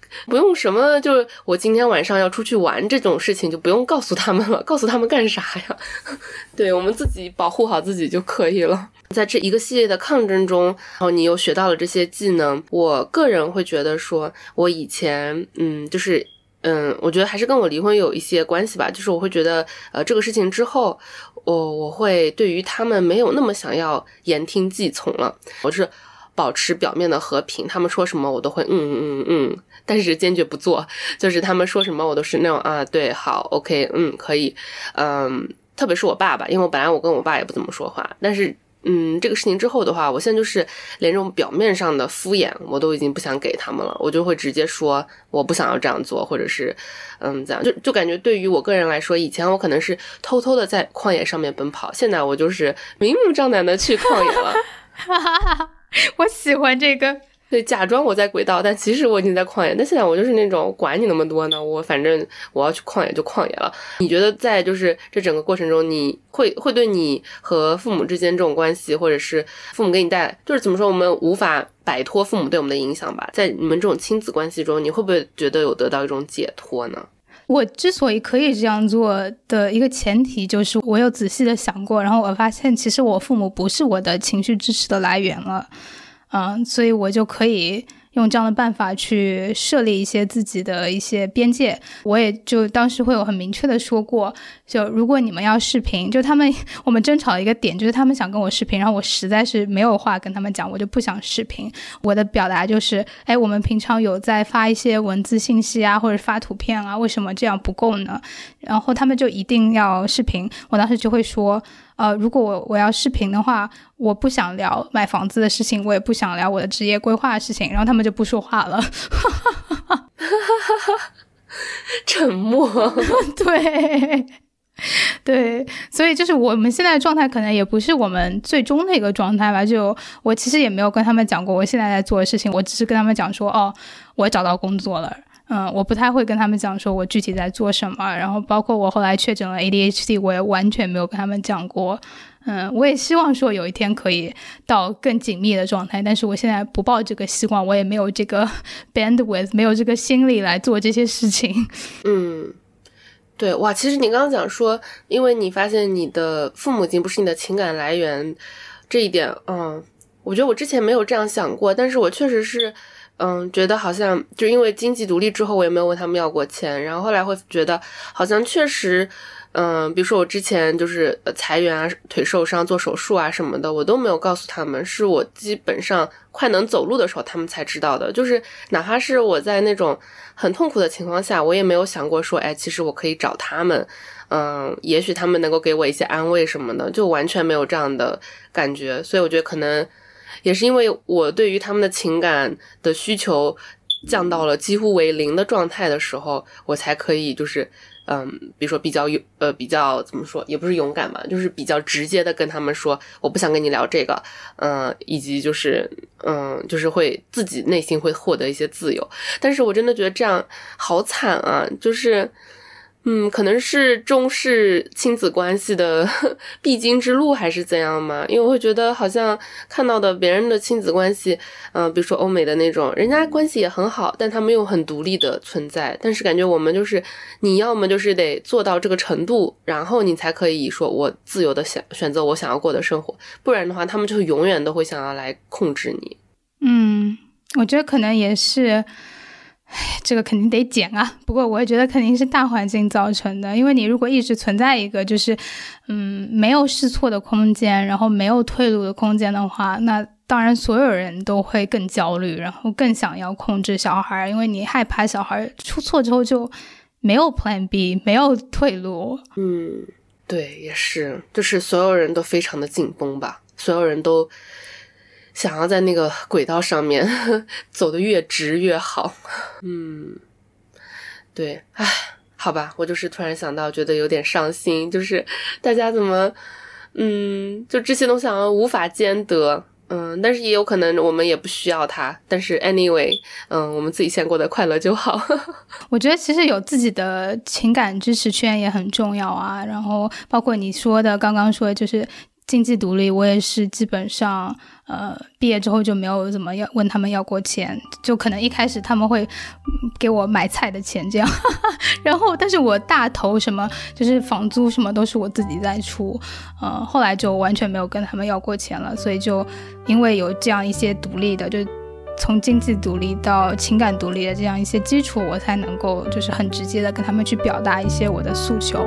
不用什么，就我今天晚上要出去玩这种事情就不用告诉他们了，告诉他们干啥呀？对，我们自己保护好自己就可以了。在这一个系列的抗争中，然后你又学到了这些技能，我个人会觉得说，我以前嗯，就是嗯，我觉得还是跟我离婚有一些关系吧。就是我会觉得，呃，这个事情之后，我我会对于他们没有那么想要言听计从了，我是保持表面的和平，他们说什么我都会嗯嗯嗯嗯，但是坚决不做。就是他们说什么我都是那种啊，对，好 ，OK， 嗯，可以，嗯，特别是我爸爸，因为我本来我跟我爸也不怎么说话，但是嗯，这个事情之后的话，我现在就是连这种表面上的敷衍我都已经不想给他们了，我就会直接说我不想要这样做，或者是嗯这样，就就感觉对于我个人来说，以前我可能是偷偷的在旷野上面奔跑，现在我就是明目张胆的去旷野了。 我喜欢这个。 对，假装我在轨道，但其实我已经在旷野。但现在我就是那种管你那么多呢，我反正我要去旷野就旷野了。你觉得在就是这整个过程中，你会会对你和父母之间这种关系，或者是父母给你带来，就是怎么说，我们无法摆脱父母对我们的影响吧？在你们这种亲子关系中，你会不会觉得有得到一种解脱呢？ 我之所以可以这样做的一个前提就是我有仔细的想过，然后我发现其实我父母不是我的情绪支持的来源了。嗯，所以我就可以用这样的办法去设立一些自己的一些边界。我也就当时会有很明确的说过，就如果你们要视频，就他们我们争吵的一个点就是他们想跟我视频，然后我实在是没有话跟他们讲，我就不想视频。我的表达就是哎，我们平常有在发一些文字信息啊，或者发图片啊，为什么这样不够呢？然后他们就一定要视频。我当时就会说呃，如果我我要视频的话，我不想聊买房子的事情，我也不想聊我的职业规划的事情，然后他们就不说话了。 沉默。 对对，所以就是我们现在的状态可能也不是我们最终的一个状态吧。就我其实也没有跟他们讲过我现在在做的事情，我只是跟他们讲说哦，我找到工作了。嗯，我不太会跟他们讲说我具体在做什么，然后包括我后来确诊了 A D H D， 我也完全没有跟他们讲过。嗯，我也希望说有一天可以到更紧密的状态，但是我现在不抱这个希望，我也没有这个 bandwidth， 没有这个心力来做这些事情。 嗯，对，哇，其实你刚刚讲说，因为你发现你的父母已经不是你的情感来源，这一点，嗯，我觉得我之前没有这样想过，但是我确实是嗯，觉得好像就因为经济独立之后我也没有问他们要过钱，然后后来会觉得好像确实嗯，比如说我之前就是裁员啊，腿受伤做手术啊什么的，我都没有告诉他们，是我基本上快能走路的时候他们才知道的。就是哪怕是我在那种很痛苦的情况下，我也没有想过说哎，其实我可以找他们，嗯，也许他们能够给我一些安慰什么的，就完全没有这样的感觉。所以我觉得可能也是因为我对于他们的情感的需求降到了几乎为零的状态的时候，我才可以就是嗯，比如说比较呃比较怎么说，也不是勇敢吧，就是比较直接的跟他们说我不想跟你聊这个，嗯，以及就是嗯就是会自己内心会获得一些自由。但是我真的觉得这样好惨啊，就是嗯，可能是中式亲子关系的必经之路还是怎样嘛？因为我会觉得好像看到的别人的亲子关系，嗯、呃，比如说欧美的那种，人家关系也很好，但他们又很独立的存在。但是感觉我们就是你要么就是得做到这个程度，然后你才可以说我自由的想选择我想要过的生活，不然的话他们就永远都会想要来控制你。 嗯，我觉得可能也是这个肯定得减啊，不过我也觉得肯定是大环境造成的。因为你如果一直存在一个就是嗯没有试错的空间，然后没有退路的空间的话，那当然所有人都会更焦虑，然后更想要控制小孩，因为你害怕小孩出错之后就没有 plan B， 没有退路。 嗯，对，也是，就是所有人都非常的紧绷吧，所有人都想要在那个轨道上面呵走得越直越好。嗯，对，唉，好吧，我就是突然想到觉得有点伤心，就是大家怎么嗯就这些东西好像无法兼得。嗯，但是也有可能我们也不需要它，但是 anyway 嗯，我们自己先过得快乐就好。 我觉得其实有自己的情感支持圈也很重要啊，然后包括你说的刚刚说的就是经济独立，我也是基本上呃毕业之后就没有怎么要问他们要过钱，就可能一开始他们会给我买菜的钱这样然后但是我大头什么就是房租什么都是我自己在出，呃后来就完全没有跟他们要过钱了，所以就因为有这样一些独立的，就从经济独立到情感独立的这样一些基础，我才能够就是很直接的跟他们去表达一些我的诉求。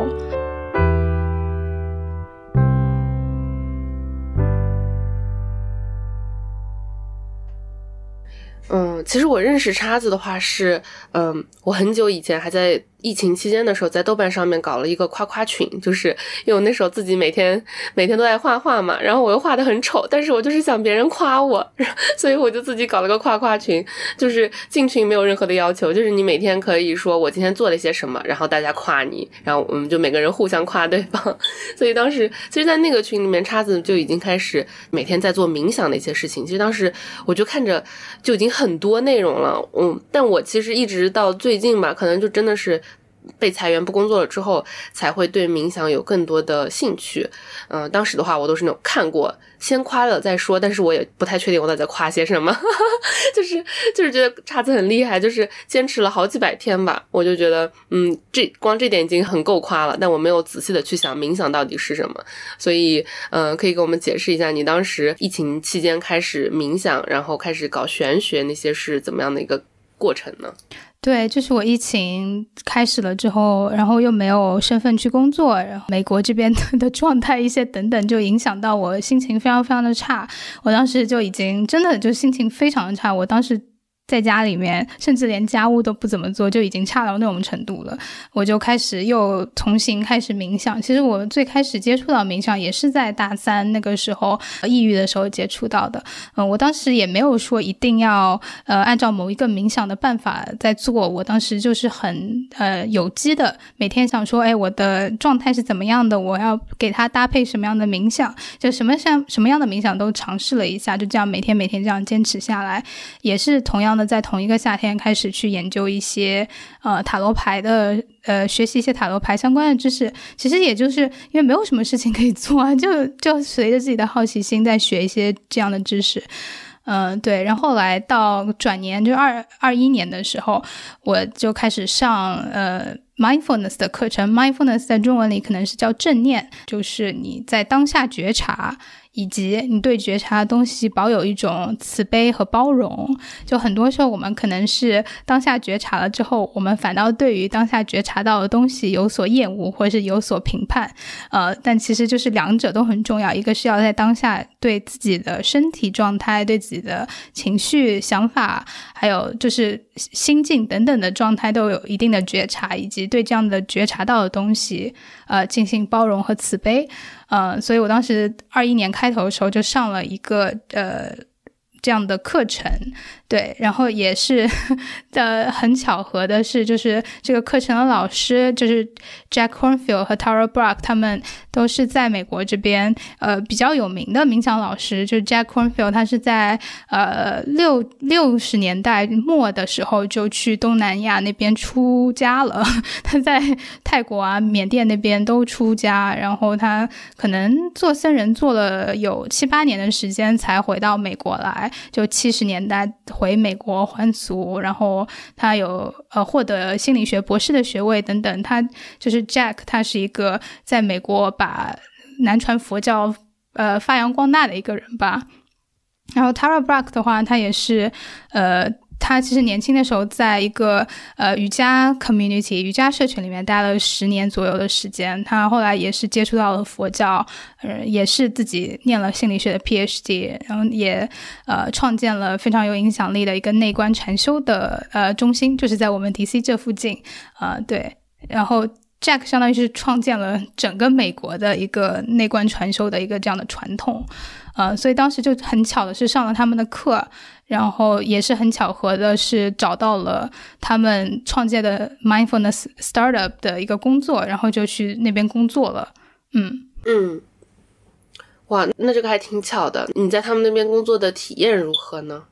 嗯，其实我认识叉子的话是，嗯，我很久以前还在疫情期间的时候，在豆瓣上面搞了一个夸夸群，就是因为我那时候自己每天每天都在画画嘛，然后我又画得很丑，但是我就是想别人夸我，所以我就自己搞了个夸夸群，就是进群没有任何的要求，就是你每天可以说我今天做了些什么，然后大家夸你，然后我们就每个人互相夸对方。所以当时其实在那个群里面，叉子就已经开始每天在做冥想的一些事情，其实当时我就看着就已经很多内容了，嗯，但我其实一直到最近吧，可能就真的是被裁员不工作了之后才会对冥想有更多的兴趣。嗯、呃，当时的话我都是那种看过先夸了再说，但是我也不太确定我到底在夸些什么就是就是觉得叉子很厉害，就是坚持了好几百天吧，我就觉得嗯，这光这点已经很够夸了，但我没有仔细的去想冥想到底是什么。所以嗯、呃，可以给我们解释一下你当时疫情期间开始冥想然后开始搞玄学那些是怎么样的一个过程呢？ 对，就是我疫情开始了之后，然后又没有身份去工作，然后美国这边的状态一些等等，就影响到我心情非常非常的差。我当时就已经真的就心情非常的差，我当时在家里面甚至连家务都不怎么做，就已经差到那种程度了。我就开始又重新开始冥想。其实我最开始接触到冥想也是在大三那个时候抑郁的时候接触到的。嗯，我当时也没有说一定要呃按照某一个冥想的办法在做，我当时就是很呃有机的，每天想说，哎，我的状态是怎么样的，我要给它搭配什么样的冥想，就什么像什么样的冥想都尝试了一下，就这样每天每天这样坚持下来，也是同样的。在同一个夏天开始去研究一些呃塔罗牌的呃学习一些塔罗牌相关的知识，其实也就是因为没有什么事情可以做啊，就就随着自己的好奇心在学一些这样的知识。嗯、呃，对，然后后来到转年就二二一年的时候，我就开始上呃 mindfulness 的课程。mindfulness 在中文里可能是叫正念，就是你在当下觉察，以及你对觉察的东西保有一种慈悲和包容。就很多时候我们可能是当下觉察了之后，我们反倒对于当下觉察到的东西有所厌恶或是有所评判。呃，但其实就是两者都很重要，一个是要在当下对自己的身体状态、对自己的情绪、想法，还有就是心境等等的状态都有一定的觉察，以及对这样的觉察到的东西呃进行包容和慈悲。呃，所以我当时二一年开头的时候就上了一个呃这样的课程，对，然后也是的很巧合的是，就是这个课程的老师就是 Jack Kornfield 和 Tara Brach， 他们都是在美国这边呃比较有名的冥想老师。就是 Jack Kornfield 他是在呃六六十年代末的时候就去东南亚那边出家了，他在泰国啊、缅甸那边都出家，然后他可能做僧人做了有七八年的时间才回到美国来。就七十年代回美国还俗，然后他有呃获得心理学博士的学位等等。他就是 Jack， 他是一个在美国把南传佛教呃发扬光大的一个人吧。然后 Tara Brach 的话，他也是呃他其实年轻的时候在一个呃瑜伽 community 瑜伽社群里面待了十年左右的时间。他后来也是接触到了佛教，呃也是自己念了心理学的 P H D， 然后也呃创建了非常有影响力的一个内观禅修的呃中心，就是在我们 D C 这附近。呃对，然后 Jack 相当于是创建了整个美国的一个内观禅修的一个这样的传统。呃所以当时就很巧的是上了他们的课，然后也是很巧合的是找到了他们创建的 mindfulness startup 的一个工作，然后就去那边工作了。嗯嗯，哇，那这个还挺巧的。你在他们那边工作的体验如何呢？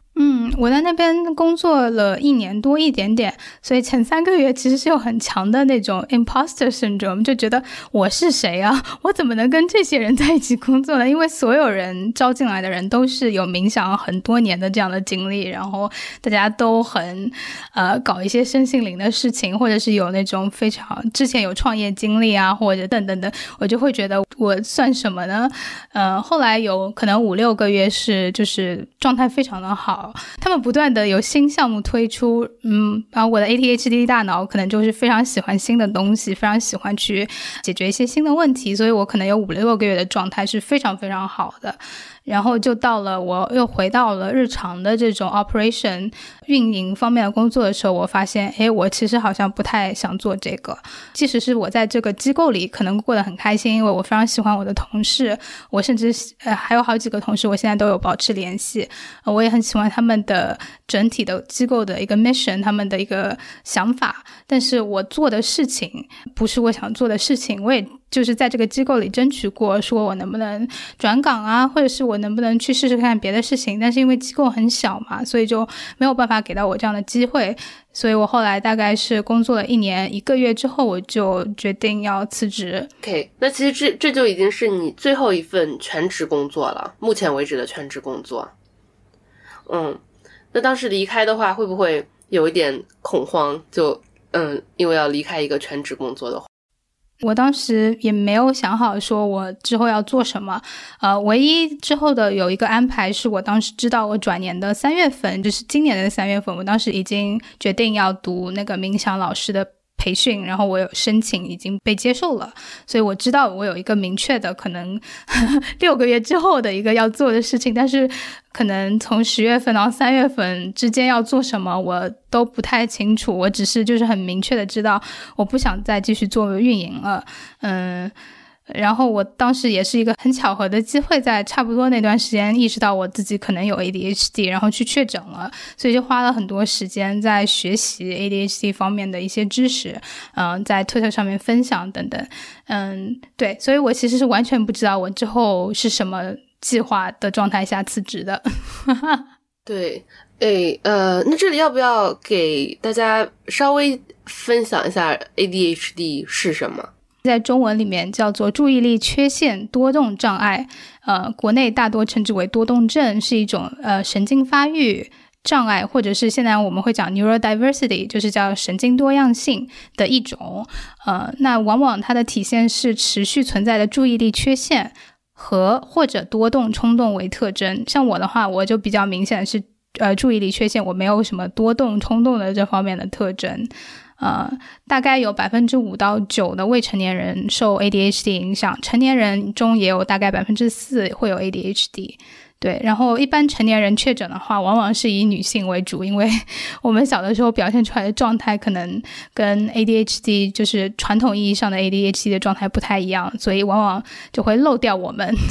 嗯，我在那边工作了一年多一点点，所以前三个月其实是有很强的那种 imposter syndrome， 就觉得我是谁啊？我怎么能跟这些人在一起工作呢？因为所有人招进来的人都是有冥想很多年的这样的经历，然后大家都很呃搞一些身心灵的事情，或者是有那种非常之前有创业经历啊，或者等等等，我就会觉得我算什么呢？呃，后来有可能五六个月是就是状态非常的好。他们不断的有新项目推出，嗯，然后我的 A D H D 大脑可能就是非常喜欢新的东西，非常喜欢去解决一些新的问题，所以我可能有五六个月的状态是非常非常好的。然后就到了我又回到了日常的这种 operation 运营方面的工作的时候，我发现诶，我其实好像不太想做这个。即使是我在这个机构里可能过得很开心，因为我非常喜欢我的同事，我甚至呃还有好几个同事我现在都有保持联系、呃、我也很喜欢他们的整体的机构的一个 mission， 他们的一个想法，但是我做的事情不是我想做的事情。我也就是在这个机构里争取过，说我能不能转岗啊，或者是我能不能去试试看别的事情，但是因为机构很小嘛，所以就没有办法给到我这样的机会，所以我后来大概是工作了一年一个月之后，我就决定要辞职。 OK， 那其实这这就已经是你最后一份全职工作了，目前为止的全职工作。嗯，那当时离开的话会不会有一点恐慌，就嗯，因为要离开一个全职工作的话？ 我当时也没有想好说我之后要做什么，呃，唯一之后的有一个安排是我当时知道我转年的三月份，就是今年的三月份，我当时已经决定要读那个冥想老师的培训，然后我有申请已经被接受了，所以我知道我有一个明确的可能呵呵六个月之后的一个要做的事情，但是可能从十月份到三月份之间要做什么我都不太清楚，我只是就是很明确的知道我不想再继续做运营了。嗯，然后我当时也是一个很巧合的机会，在差不多那段时间意识到我自己可能有 A D H D， 然后去确诊了，所以就花了很多时间在学习 A D H D 方面的一些知识，嗯、呃，在 Twitter 上面分享等等。嗯，对，所以我其实是完全不知道我之后是什么计划的状态下辞职的。 对，诶，呃，那这里要不要给大家稍微分享一下 A D H D 是什么？ 在中文里面叫做注意力缺陷多动障碍，呃，国内大多称之为多动症，是一种呃神经发育障碍，或者是现在我们会讲 neurodiversity， 就是叫神经多样性的一种。呃，那往往它的体现是持续存在的注意力缺陷和或者多动冲动为特征。像我的话，我就比较明显的是呃注意力缺陷，我没有什么多动冲动的这方面的特征。呃，大概有百分之五到九的未成年人受 A D H D 影响，成年人中也有大概百分之四会有 A D H D。对，然后一般成年人确诊的话，往往是以女性为主，因为我们小的时候表现出来的状态可能跟 A D H D 就是传统意义上的 A D H D 的状态不太一样，所以往往就会漏掉我们。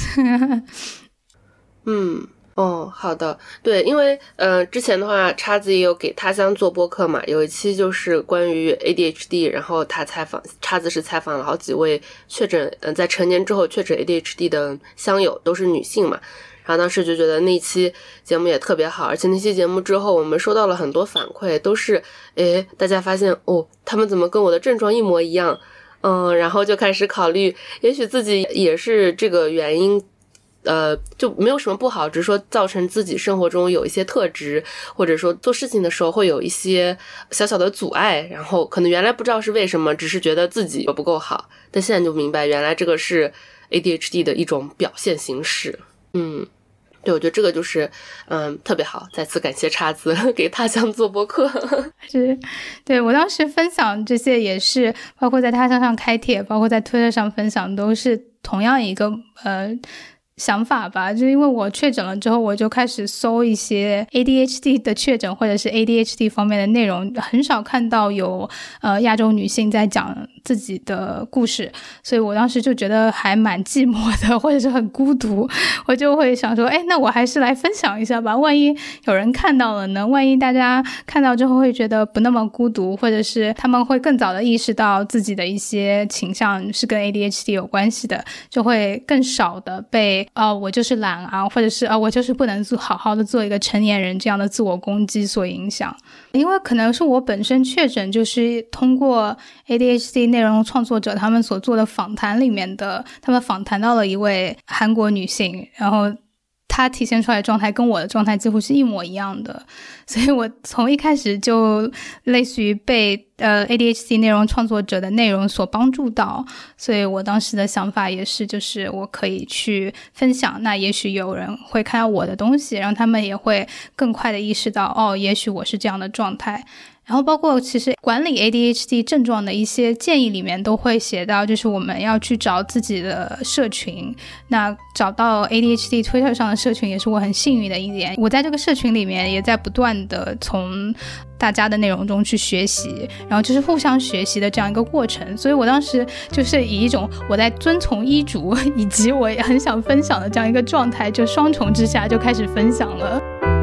嗯。哦，好的，对，因为呃，之前的话，叉子也有给他乡做播客嘛，有一期就是关于 A D H D， 然后他采访叉子是采访了好几位确诊，嗯、呃，在成年之后确诊 A D H D 的乡友，都是女性嘛，然后当时就觉得那期节目也特别好，而且那期节目之后，我们收到了很多反馈，都是诶，大家发现哦，他们怎么跟我的症状一模一样，嗯，然后就开始考虑，也许自己也是这个原因。呃，就没有什么不好，只是说造成自己生活中有一些特质，或者说做事情的时候会有一些小小的阻碍，然后可能原来不知道是为什么，只是觉得自己不够好，但现在就明白原来这个是 A D H D 的一种表现形式。嗯，对，我觉得这个就是嗯特别好，再次感谢叉子给他乡做播客。 是，对，我当时分享这些也是包括在他乡上开帖，包括在推特上分享，都是同样一个呃想法吧，就因为我确诊了之后，我就开始搜一些 A D H D 的确诊或者是 A D H D 方面的内容，很少看到有呃亚洲女性在讲自己的故事，所以我当时就觉得还蛮寂寞的，或者是很孤独，我就会想说，哎，那我还是来分享一下吧，万一有人看到了呢，万一大家看到之后会觉得不那么孤独，或者是他们会更早的意识到自己的一些倾向是跟 A D H D 有关系的，就会更少的被哦我就是懒啊，或者是哦我就是不能做好好的做一个成年人这样的自我攻击所影响。因为可能是我本身确诊就是通过 A D H D 内容创作者他们所做的访谈里面的，他们访谈到了一位韩国女性，然后她体现出来的状态跟我的状态几乎是一模一样的，所以我从一开始就类似于被呃 A D H D 内容创作者的内容所帮助到，所以我当时的想法也是就是我可以去分享，那也许有人会看到我的东西，然后他们也会更快的意识到哦也许我是这样的状态。然后包括其实管理 A D H D 症状的一些建议里面都会写到，就是我们要去找自己的社群，那找到 A D H D Twitter 上的社群也是我很幸运的一点，我在这个社群里面也在不断的从大家的内容中去学习，然后就是互相学习的这样一个过程，所以我当时就是以一种我在遵从医嘱以及我也很想分享的这样一个状态，就双重之下就开始分享了。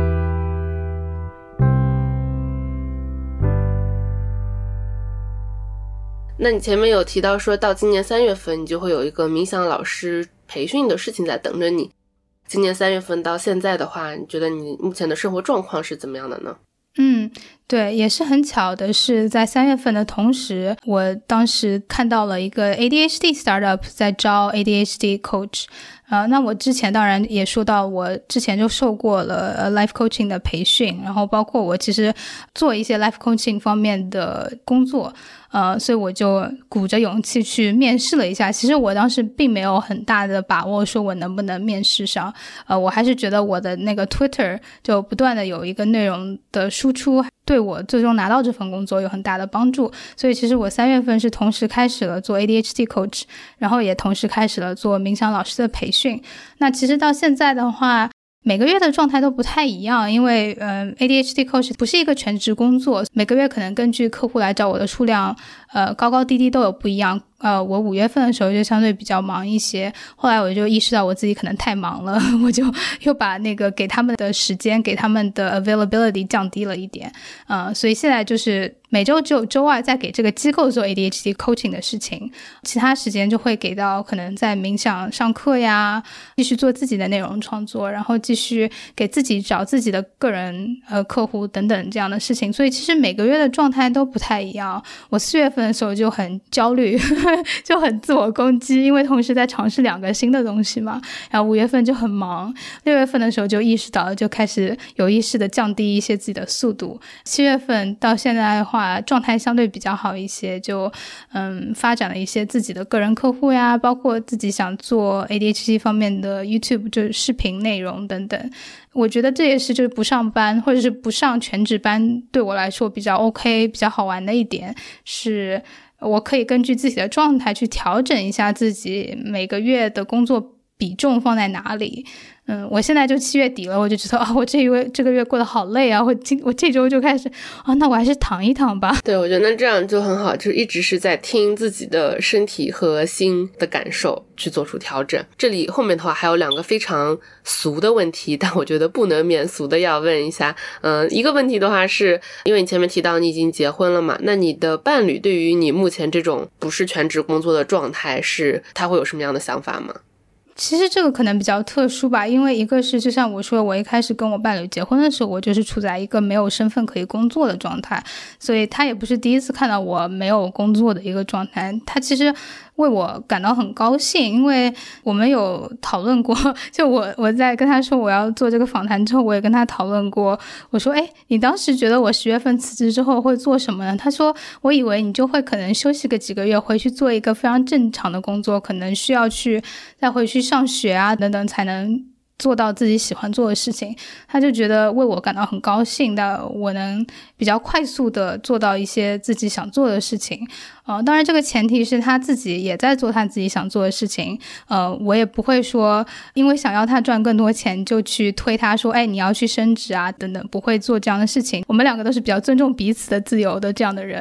那你前面有提到说到今年三月份你就会有一个冥想老师培训的事情在等着你，今年三月份到现在的话，你觉得你目前的生活状况是怎么样的呢？ 嗯，对，也是很巧的是在三月份的同时，我当时看到了一个 A D H D startup 在招 A D H D coach，呃，那我之前当然也说到我之前就受过了 life coaching 的培训，然后包括我其实做一些 life coaching 方面的工作，呃，所以我就鼓着勇气去面试了一下。其实我当时并没有很大的把握说我能不能面试上，呃，我还是觉得我的那个 Twitter 就不断的有一个内容的输出，对我最终拿到这份工作有很大的帮助。所以其实我三月份是同时开始了做 A D H D coach， 然后也同时开始了做冥想老师的培训。那其实到现在的话，每个月的状态都不太一样，因为呃 A D H D coach 不是一个全职工作，每个月可能根据客户来找我的数量呃高高低低都有不一样。呃，我五月份的时候就相对比较忙一些，后来我就意识到我自己可能太忙了，我就又把那个给他们的时间给他们的 availability 降低了一点，呃，所以现在就是每周只有周二在给这个机构做 A D H D coaching 的事情，其他时间就会给到可能在冥想上课呀，继续做自己的内容创作，然后继续给自己找自己的个人呃客户等等这样的事情。所以其实每个月的状态都不太一样。我四月份的时候就很焦虑就很自我攻击，因为同时在尝试两个新的东西嘛，然后五月份就很忙，六月份的时候就意识到，就开始有意识的降低一些自己的速度，七月份到现在的话状态相对比较好一些，就嗯发展了一些自己的个人客户呀，包括自己想做 A D H D 方面的 YouTube 就是视频内容等等。我觉得这也是就是不上班或者是不上全职班对我来说比较 OK 比较好玩的一点，是我可以根据自己的状态去调整一下自己每个月的工作比重放在哪里。嗯，我现在就七月底了，我就知道啊，我这一月这个月过得好累啊，我今我这周就开始啊，那我还是躺一躺吧。 对，我觉得那这样就很好，就是一直是在听自己的身体和心的感受去做出调整。这里后面的话还有两个非常俗的问题，但我觉得不能免俗的要问一下。嗯，一个问题的话是因为你前面提到你已经结婚了嘛，那你的伴侣对于你目前这种不是全职工作的状态，是他会有什么样的想法吗？ 其实这个可能比较特殊吧，因为一个是就像我说，我一开始跟我伴侣结婚的时候，我就是处在一个没有身份可以工作的状态，所以他也不是第一次看到我没有工作的一个状态，他其实为我感到很高兴，因为我们有讨论过，就我我在跟他说我要做这个访谈之后，我也跟他讨论过，我说诶，你当时觉得我十月份辞职之后会做什么呢？他说我以为你就会可能休息个几个月，回去做一个非常正常的工作，可能需要去再回去上学啊等等才能做到自己喜欢做的事情。他就觉得为我感到很高兴的，我能比较快速的做到一些自己想做的事情。呃，当然这个前提是他自己也在做他自己想做的事情。呃，我也不会说因为想要他赚更多钱就去推他说，哎，你要去升职啊等等，不会做这样的事情。我们两个都是比较尊重彼此的自由的这样的人。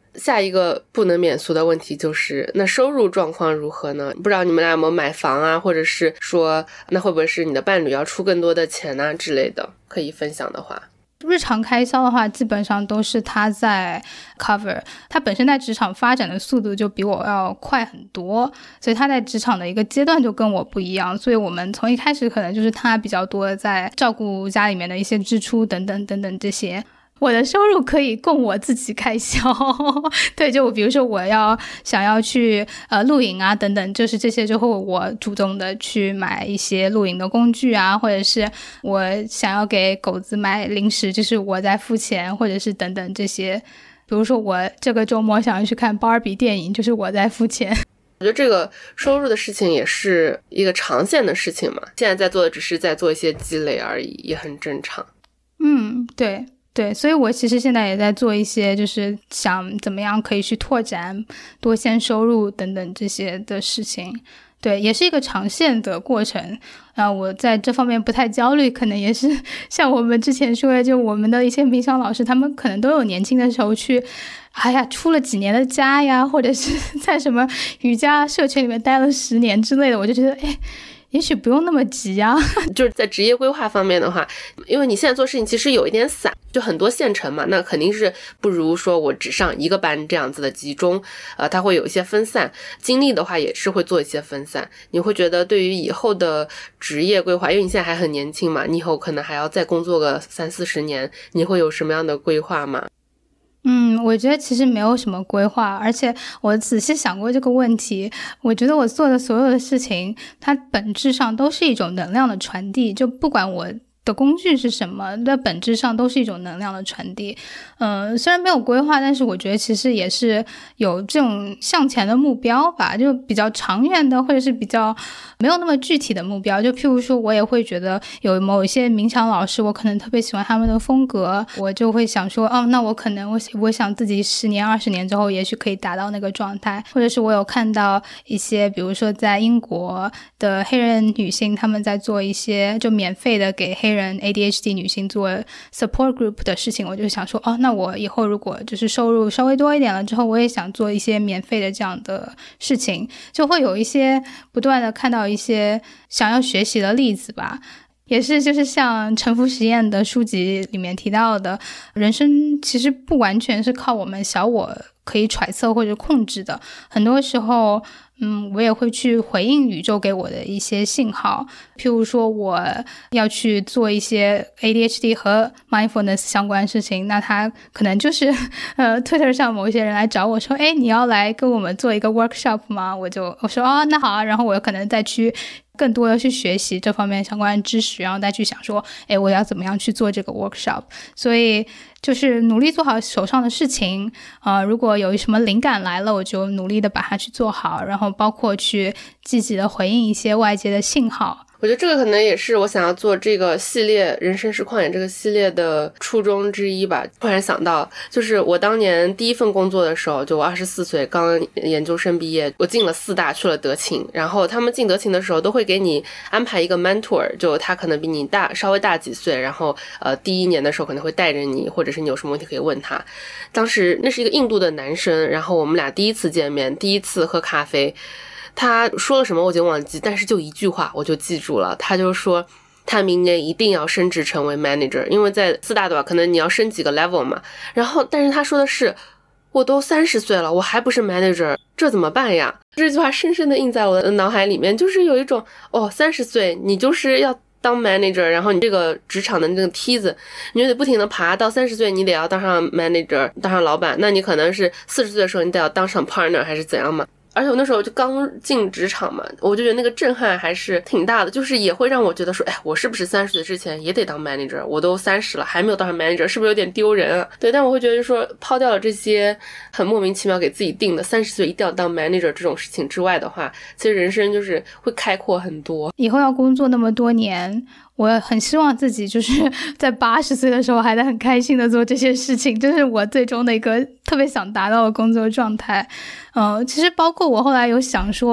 下一个不能免俗的问题就是，那收入状况如何呢？不知道你们俩有没有买房啊，或者是说那会不会是你的伴侣要出更多的钱啊之类的，可以分享的话。 日常开销的话基本上都是他在 cover， 他本身在职场发展的速度就比我要快很多，所以他在职场的一个阶段就跟我不一样，所以我们从一开始可能就是他比较多在照顾家里面的一些支出等等等等这些。我的收入可以供我自己开销对，就比如说我要想要去呃露营啊等等，就是这些就会我主动的去买一些露营的工具啊，或者是我想要给狗子买零食，就是我在付钱，或者是等等这些。比如说我这个周末想要去看 Barbie 电影，就是我在付钱。 我觉得这个收入的事情也是一个长线的事情嘛，现在在做的只是在做一些积累而已，也很正常。 嗯，对对，所以我其实现在也在做一些就是想怎么样可以去拓展多线收入等等这些的事情。对，也是一个长线的过程啊，我在这方面不太焦虑，可能也是像我们之前说的，就我们的一些冥想老师，他们可能都有年轻的时候去哎呀出了几年的家呀，或者是在什么瑜伽社群里面待了十年之类的，我就觉得哎也许不用那么急啊。 就是在职业规划方面的话，因为你现在做事情其实有一点散，就很多县城嘛，那肯定是不如说我只上一个班这样子的集中，呃，它会有一些分散，精力的话也是会做一些分散。你会觉得对于以后的职业规划，因为你现在还很年轻嘛，你以后可能还要再工作个三四十年，你会有什么样的规划吗？ 嗯，我觉得其实没有什么规划，而且我仔细想过这个问题，我觉得我做的所有的事情，它本质上都是一种能量的传递，就不管我的工具是什么，在本质上都是一种能量的传递。嗯、呃，虽然没有规划，但是我觉得其实也是有这种向前的目标吧，就比较长远的，或者是比较没有那么具体的目标。就譬如说我也会觉得有某一些冥想老师，我可能特别喜欢他们的风格，我就会想说哦，那我可能我我想自己十年二十年之后也许可以达到那个状态。或者是我有看到一些比如说在英国的黑人女性，他们在做一些就免费的给黑人 A D H D 女性做 support group 的事情，我就想说哦，那我以后如果就是收入稍微多一点了之后，我也想做一些免费的这样的事情，就会有一些不断的看到一些想要学习的例子吧。也是就是像沉浮实验的书籍里面提到的，人生其实不完全是靠我们小我可以揣测或者控制的，很多时候嗯，我也会去回应宇宙给我的一些信号，譬如说我要去做一些 A D H D 和 mindfulness 相关的事情，那他可能就是呃 Twitter 上某一些人来找我说，诶，你要来跟我们做一个 workshop 吗？我就我说哦，那好啊，然后我可能再去更多的去学习这方面相关的知识，然后再去想说，诶，我要怎么样去做这个 workshop。 所以就是努力做好手上的事情，呃，如果有什么灵感来了，我就努力的把它去做好，然后包括去积极的回应一些外界的信号。 我觉得这个可能也是我想要做这个系列人生是旷野这个系列的初衷之一吧。突然想到，就是我当年第一份工作的时候，就我二十四岁刚研究生毕业，我进了四大，去了德勤，然后他们进德勤的时候都会给你安排一个 mentor， 就他可能比你大稍微大几岁，然后呃第一年的时候可能会带着你，或者是你有什么问题可以问他。当时那是一个印度的男生，然后我们俩第一次见面，第一次喝咖啡，他说了什么我已经忘记，但是就一句话我就记住了，他就说他明年一定要升职成为 manager， 因为在四大的话可能你要升几个 level 嘛，然后但是他说的是我都三十岁了，我还不是 manager， 这怎么办呀？这句话深深的印在我的脑海里面，就是有一种哦，三十岁你就是要当 manager， 然后你这个职场的那个梯子你就得不停的爬，到三十岁你得要当上 manager， 当上老板，那你可能是四十岁的时候你得要当上 partner 还是怎样嘛。而且我那时候就刚进职场嘛，我就觉得那个震撼还是挺大的，就是也会让我觉得说，哎，我是不是三十岁之前也得当 manager？ 我都三十了还没有当上 manager， 是不是有点丢人啊？对，但我会觉得说，抛掉了这些很莫名其妙给自己定的三十岁一定要当 manager 这种事情之外的话，其实人生就是会开阔很多。 以后要工作那么多年，我很希望自己就是在八十岁的时候还在很开心的做这些事情，这是我最终的一个特别想达到的工作状态。嗯、呃，其实包括我后来有想说，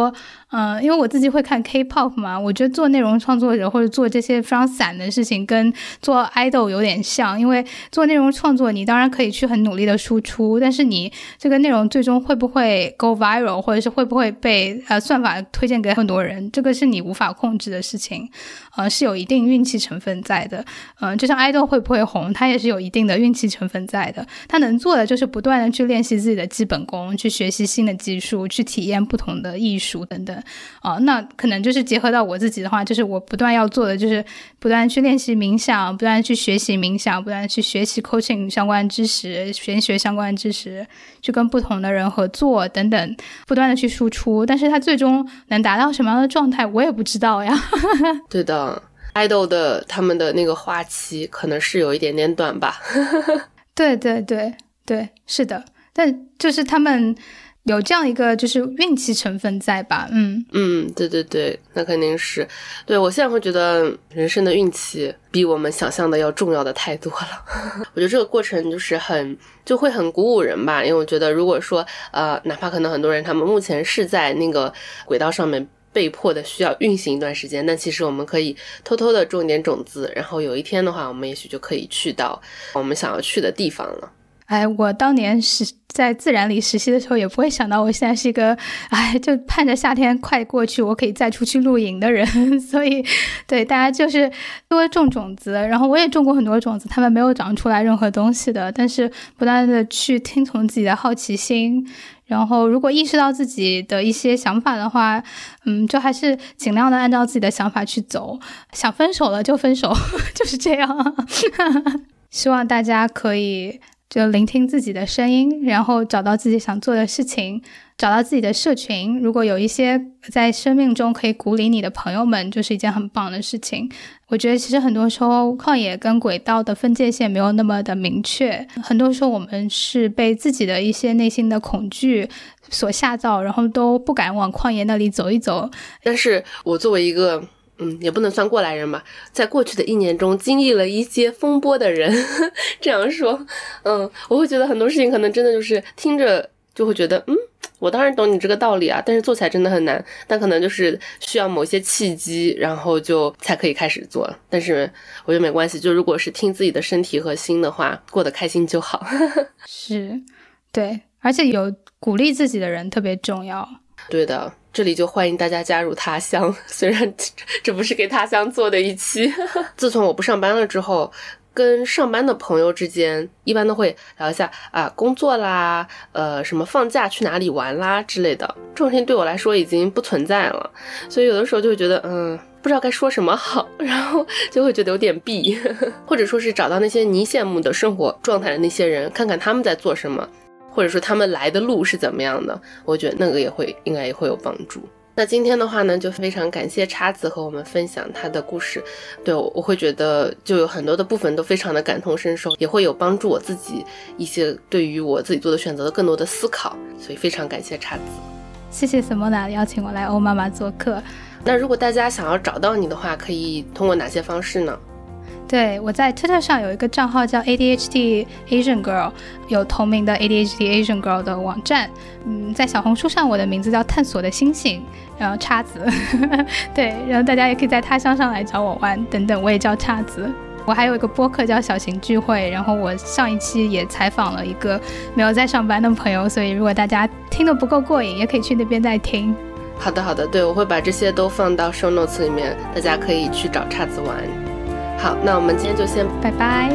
嗯，因为我自己会看 K-pop 嘛，我觉得做内容创作者或者做这些非常散的事情跟做 idol 有点像，因为做内容创作你当然可以去很努力的输出，但是你这个内容最终会不会 go viral 或者是会不会被呃算法推荐给很多人，这个是你无法控制的事情，呃，是有一定运气成分在的。嗯、呃，就像 idol 会不会红，它也是有一定的运气成分在的。它能做的就是不断的去练习自己的基本功，去学习新的技术，去体验不同的艺术等等。啊、呃，那可能就是结合到我自己的话，就是我不断要做的就是不断去练习冥想，不断去学习冥想，不断去学习 coaching 相关知识，玄学相关知识，去跟不同的人合作等等，不断的去输出。但是它最终能达到什么样的状态，我也不知道呀。 对的。idol 的他们的那个花期可能是有一点点短吧。 对对对对，是的，但就是他们有这样一个就是运气成分在吧。嗯嗯，对对对，那肯定是。对，我现在会觉得人生的运气比我们想象的要重要的太多了。我觉得这个过程就是很就会很鼓舞人吧，因为我觉得如果说呃，哪怕可能很多人他们目前是在那个轨道上面被迫的需要运行一段时间，但其实我们可以偷偷的种点种子，然后有一天的话我们也许就可以去到我们想要去的地方了。 哎，我当年是在自然里实习的时候也不会想到我现在是一个哎，就盼着夏天快过去我可以再出去露营的人。所以对大家就是多种种子，然后我也种过很多种子，它们没有长出来任何东西的，但是不断的去听从自己的好奇心，然后如果意识到自己的一些想法的话，嗯，就还是尽量的按照自己的想法去走，想分手了就分手。就是这样。希望大家可以就聆听自己的声音，然后找到自己想做的事情，找到自己的社群，如果有一些在生命中可以鼓励你的朋友们，就是一件很棒的事情。我觉得其实很多时候旷野跟轨道的分界线没有那么的明确，很多时候我们是被自己的一些内心的恐惧所吓到，然后都不敢往旷野那里走一走。 但是我作为一个嗯，也不能算过来人吧，在过去的一年中经历了一些风波的人，这样说，嗯，我会觉得很多事情可能真的就是听着就会觉得，嗯，我当然懂你这个道理啊，但是做起来真的很难，但可能就是需要某些契机，然后就才可以开始做。但是我觉得没关系，就如果是听自己的身体和心的话，过得开心就好。 是，对，而且有鼓励自己的人特别重要。 对的，这里就欢迎大家加入他乡，虽然这不是给他乡做的一期。自从我不上班了之后，跟上班的朋友之间一般都会聊一下啊，工作啦，呃，什么放假去哪里玩啦之类的，这种事情对我来说已经不存在了，所以有的时候就会觉得嗯，不知道该说什么好，然后就会觉得有点闭，或者说是找到那些你羡慕的生活状态的那些人，看看他们在做什么，或者说他们来的路是怎么样的，我觉得那个也会应该也会有帮助。那今天的话呢，就非常感谢叉子和我们分享他的故事，对，我会觉得就有很多的部分都非常的感同身受，也会有帮助我自己一些对于我自己做的选择的更多的思考，所以非常感谢叉子。 谢谢 Simona 邀请我来欧妈妈做客。 那如果大家想要找到你的话，可以通过哪些方式呢？ 对，我在 Twitter 上有一个账号叫 A D H D Asian Girl， 有同名的 A D H D Asian Girl 的网站。嗯，在小红书上我的名字叫探索的星星，然后叉子。对，然后大家也可以在他乡上来找我玩等等，我也叫叉子。我还有一个播客叫小型聚会，然后我上一期也采访了一个没有在上班的朋友，所以如果大家听得不够过瘾，也可以去那边再听。 好的好的，对，我会把这些都放到 show notes 里面，大家可以去找叉子玩。好，那我们今天就先拜拜。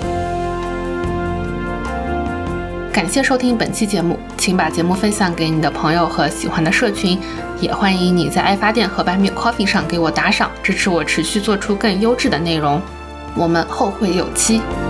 感谢收听本期节目，请把节目分享给你的朋友和喜欢的社群，也欢迎你在爱发电和 Buy Me Coffee 上给我打赏，支持我持续做出更优质的内容。我们后会有期。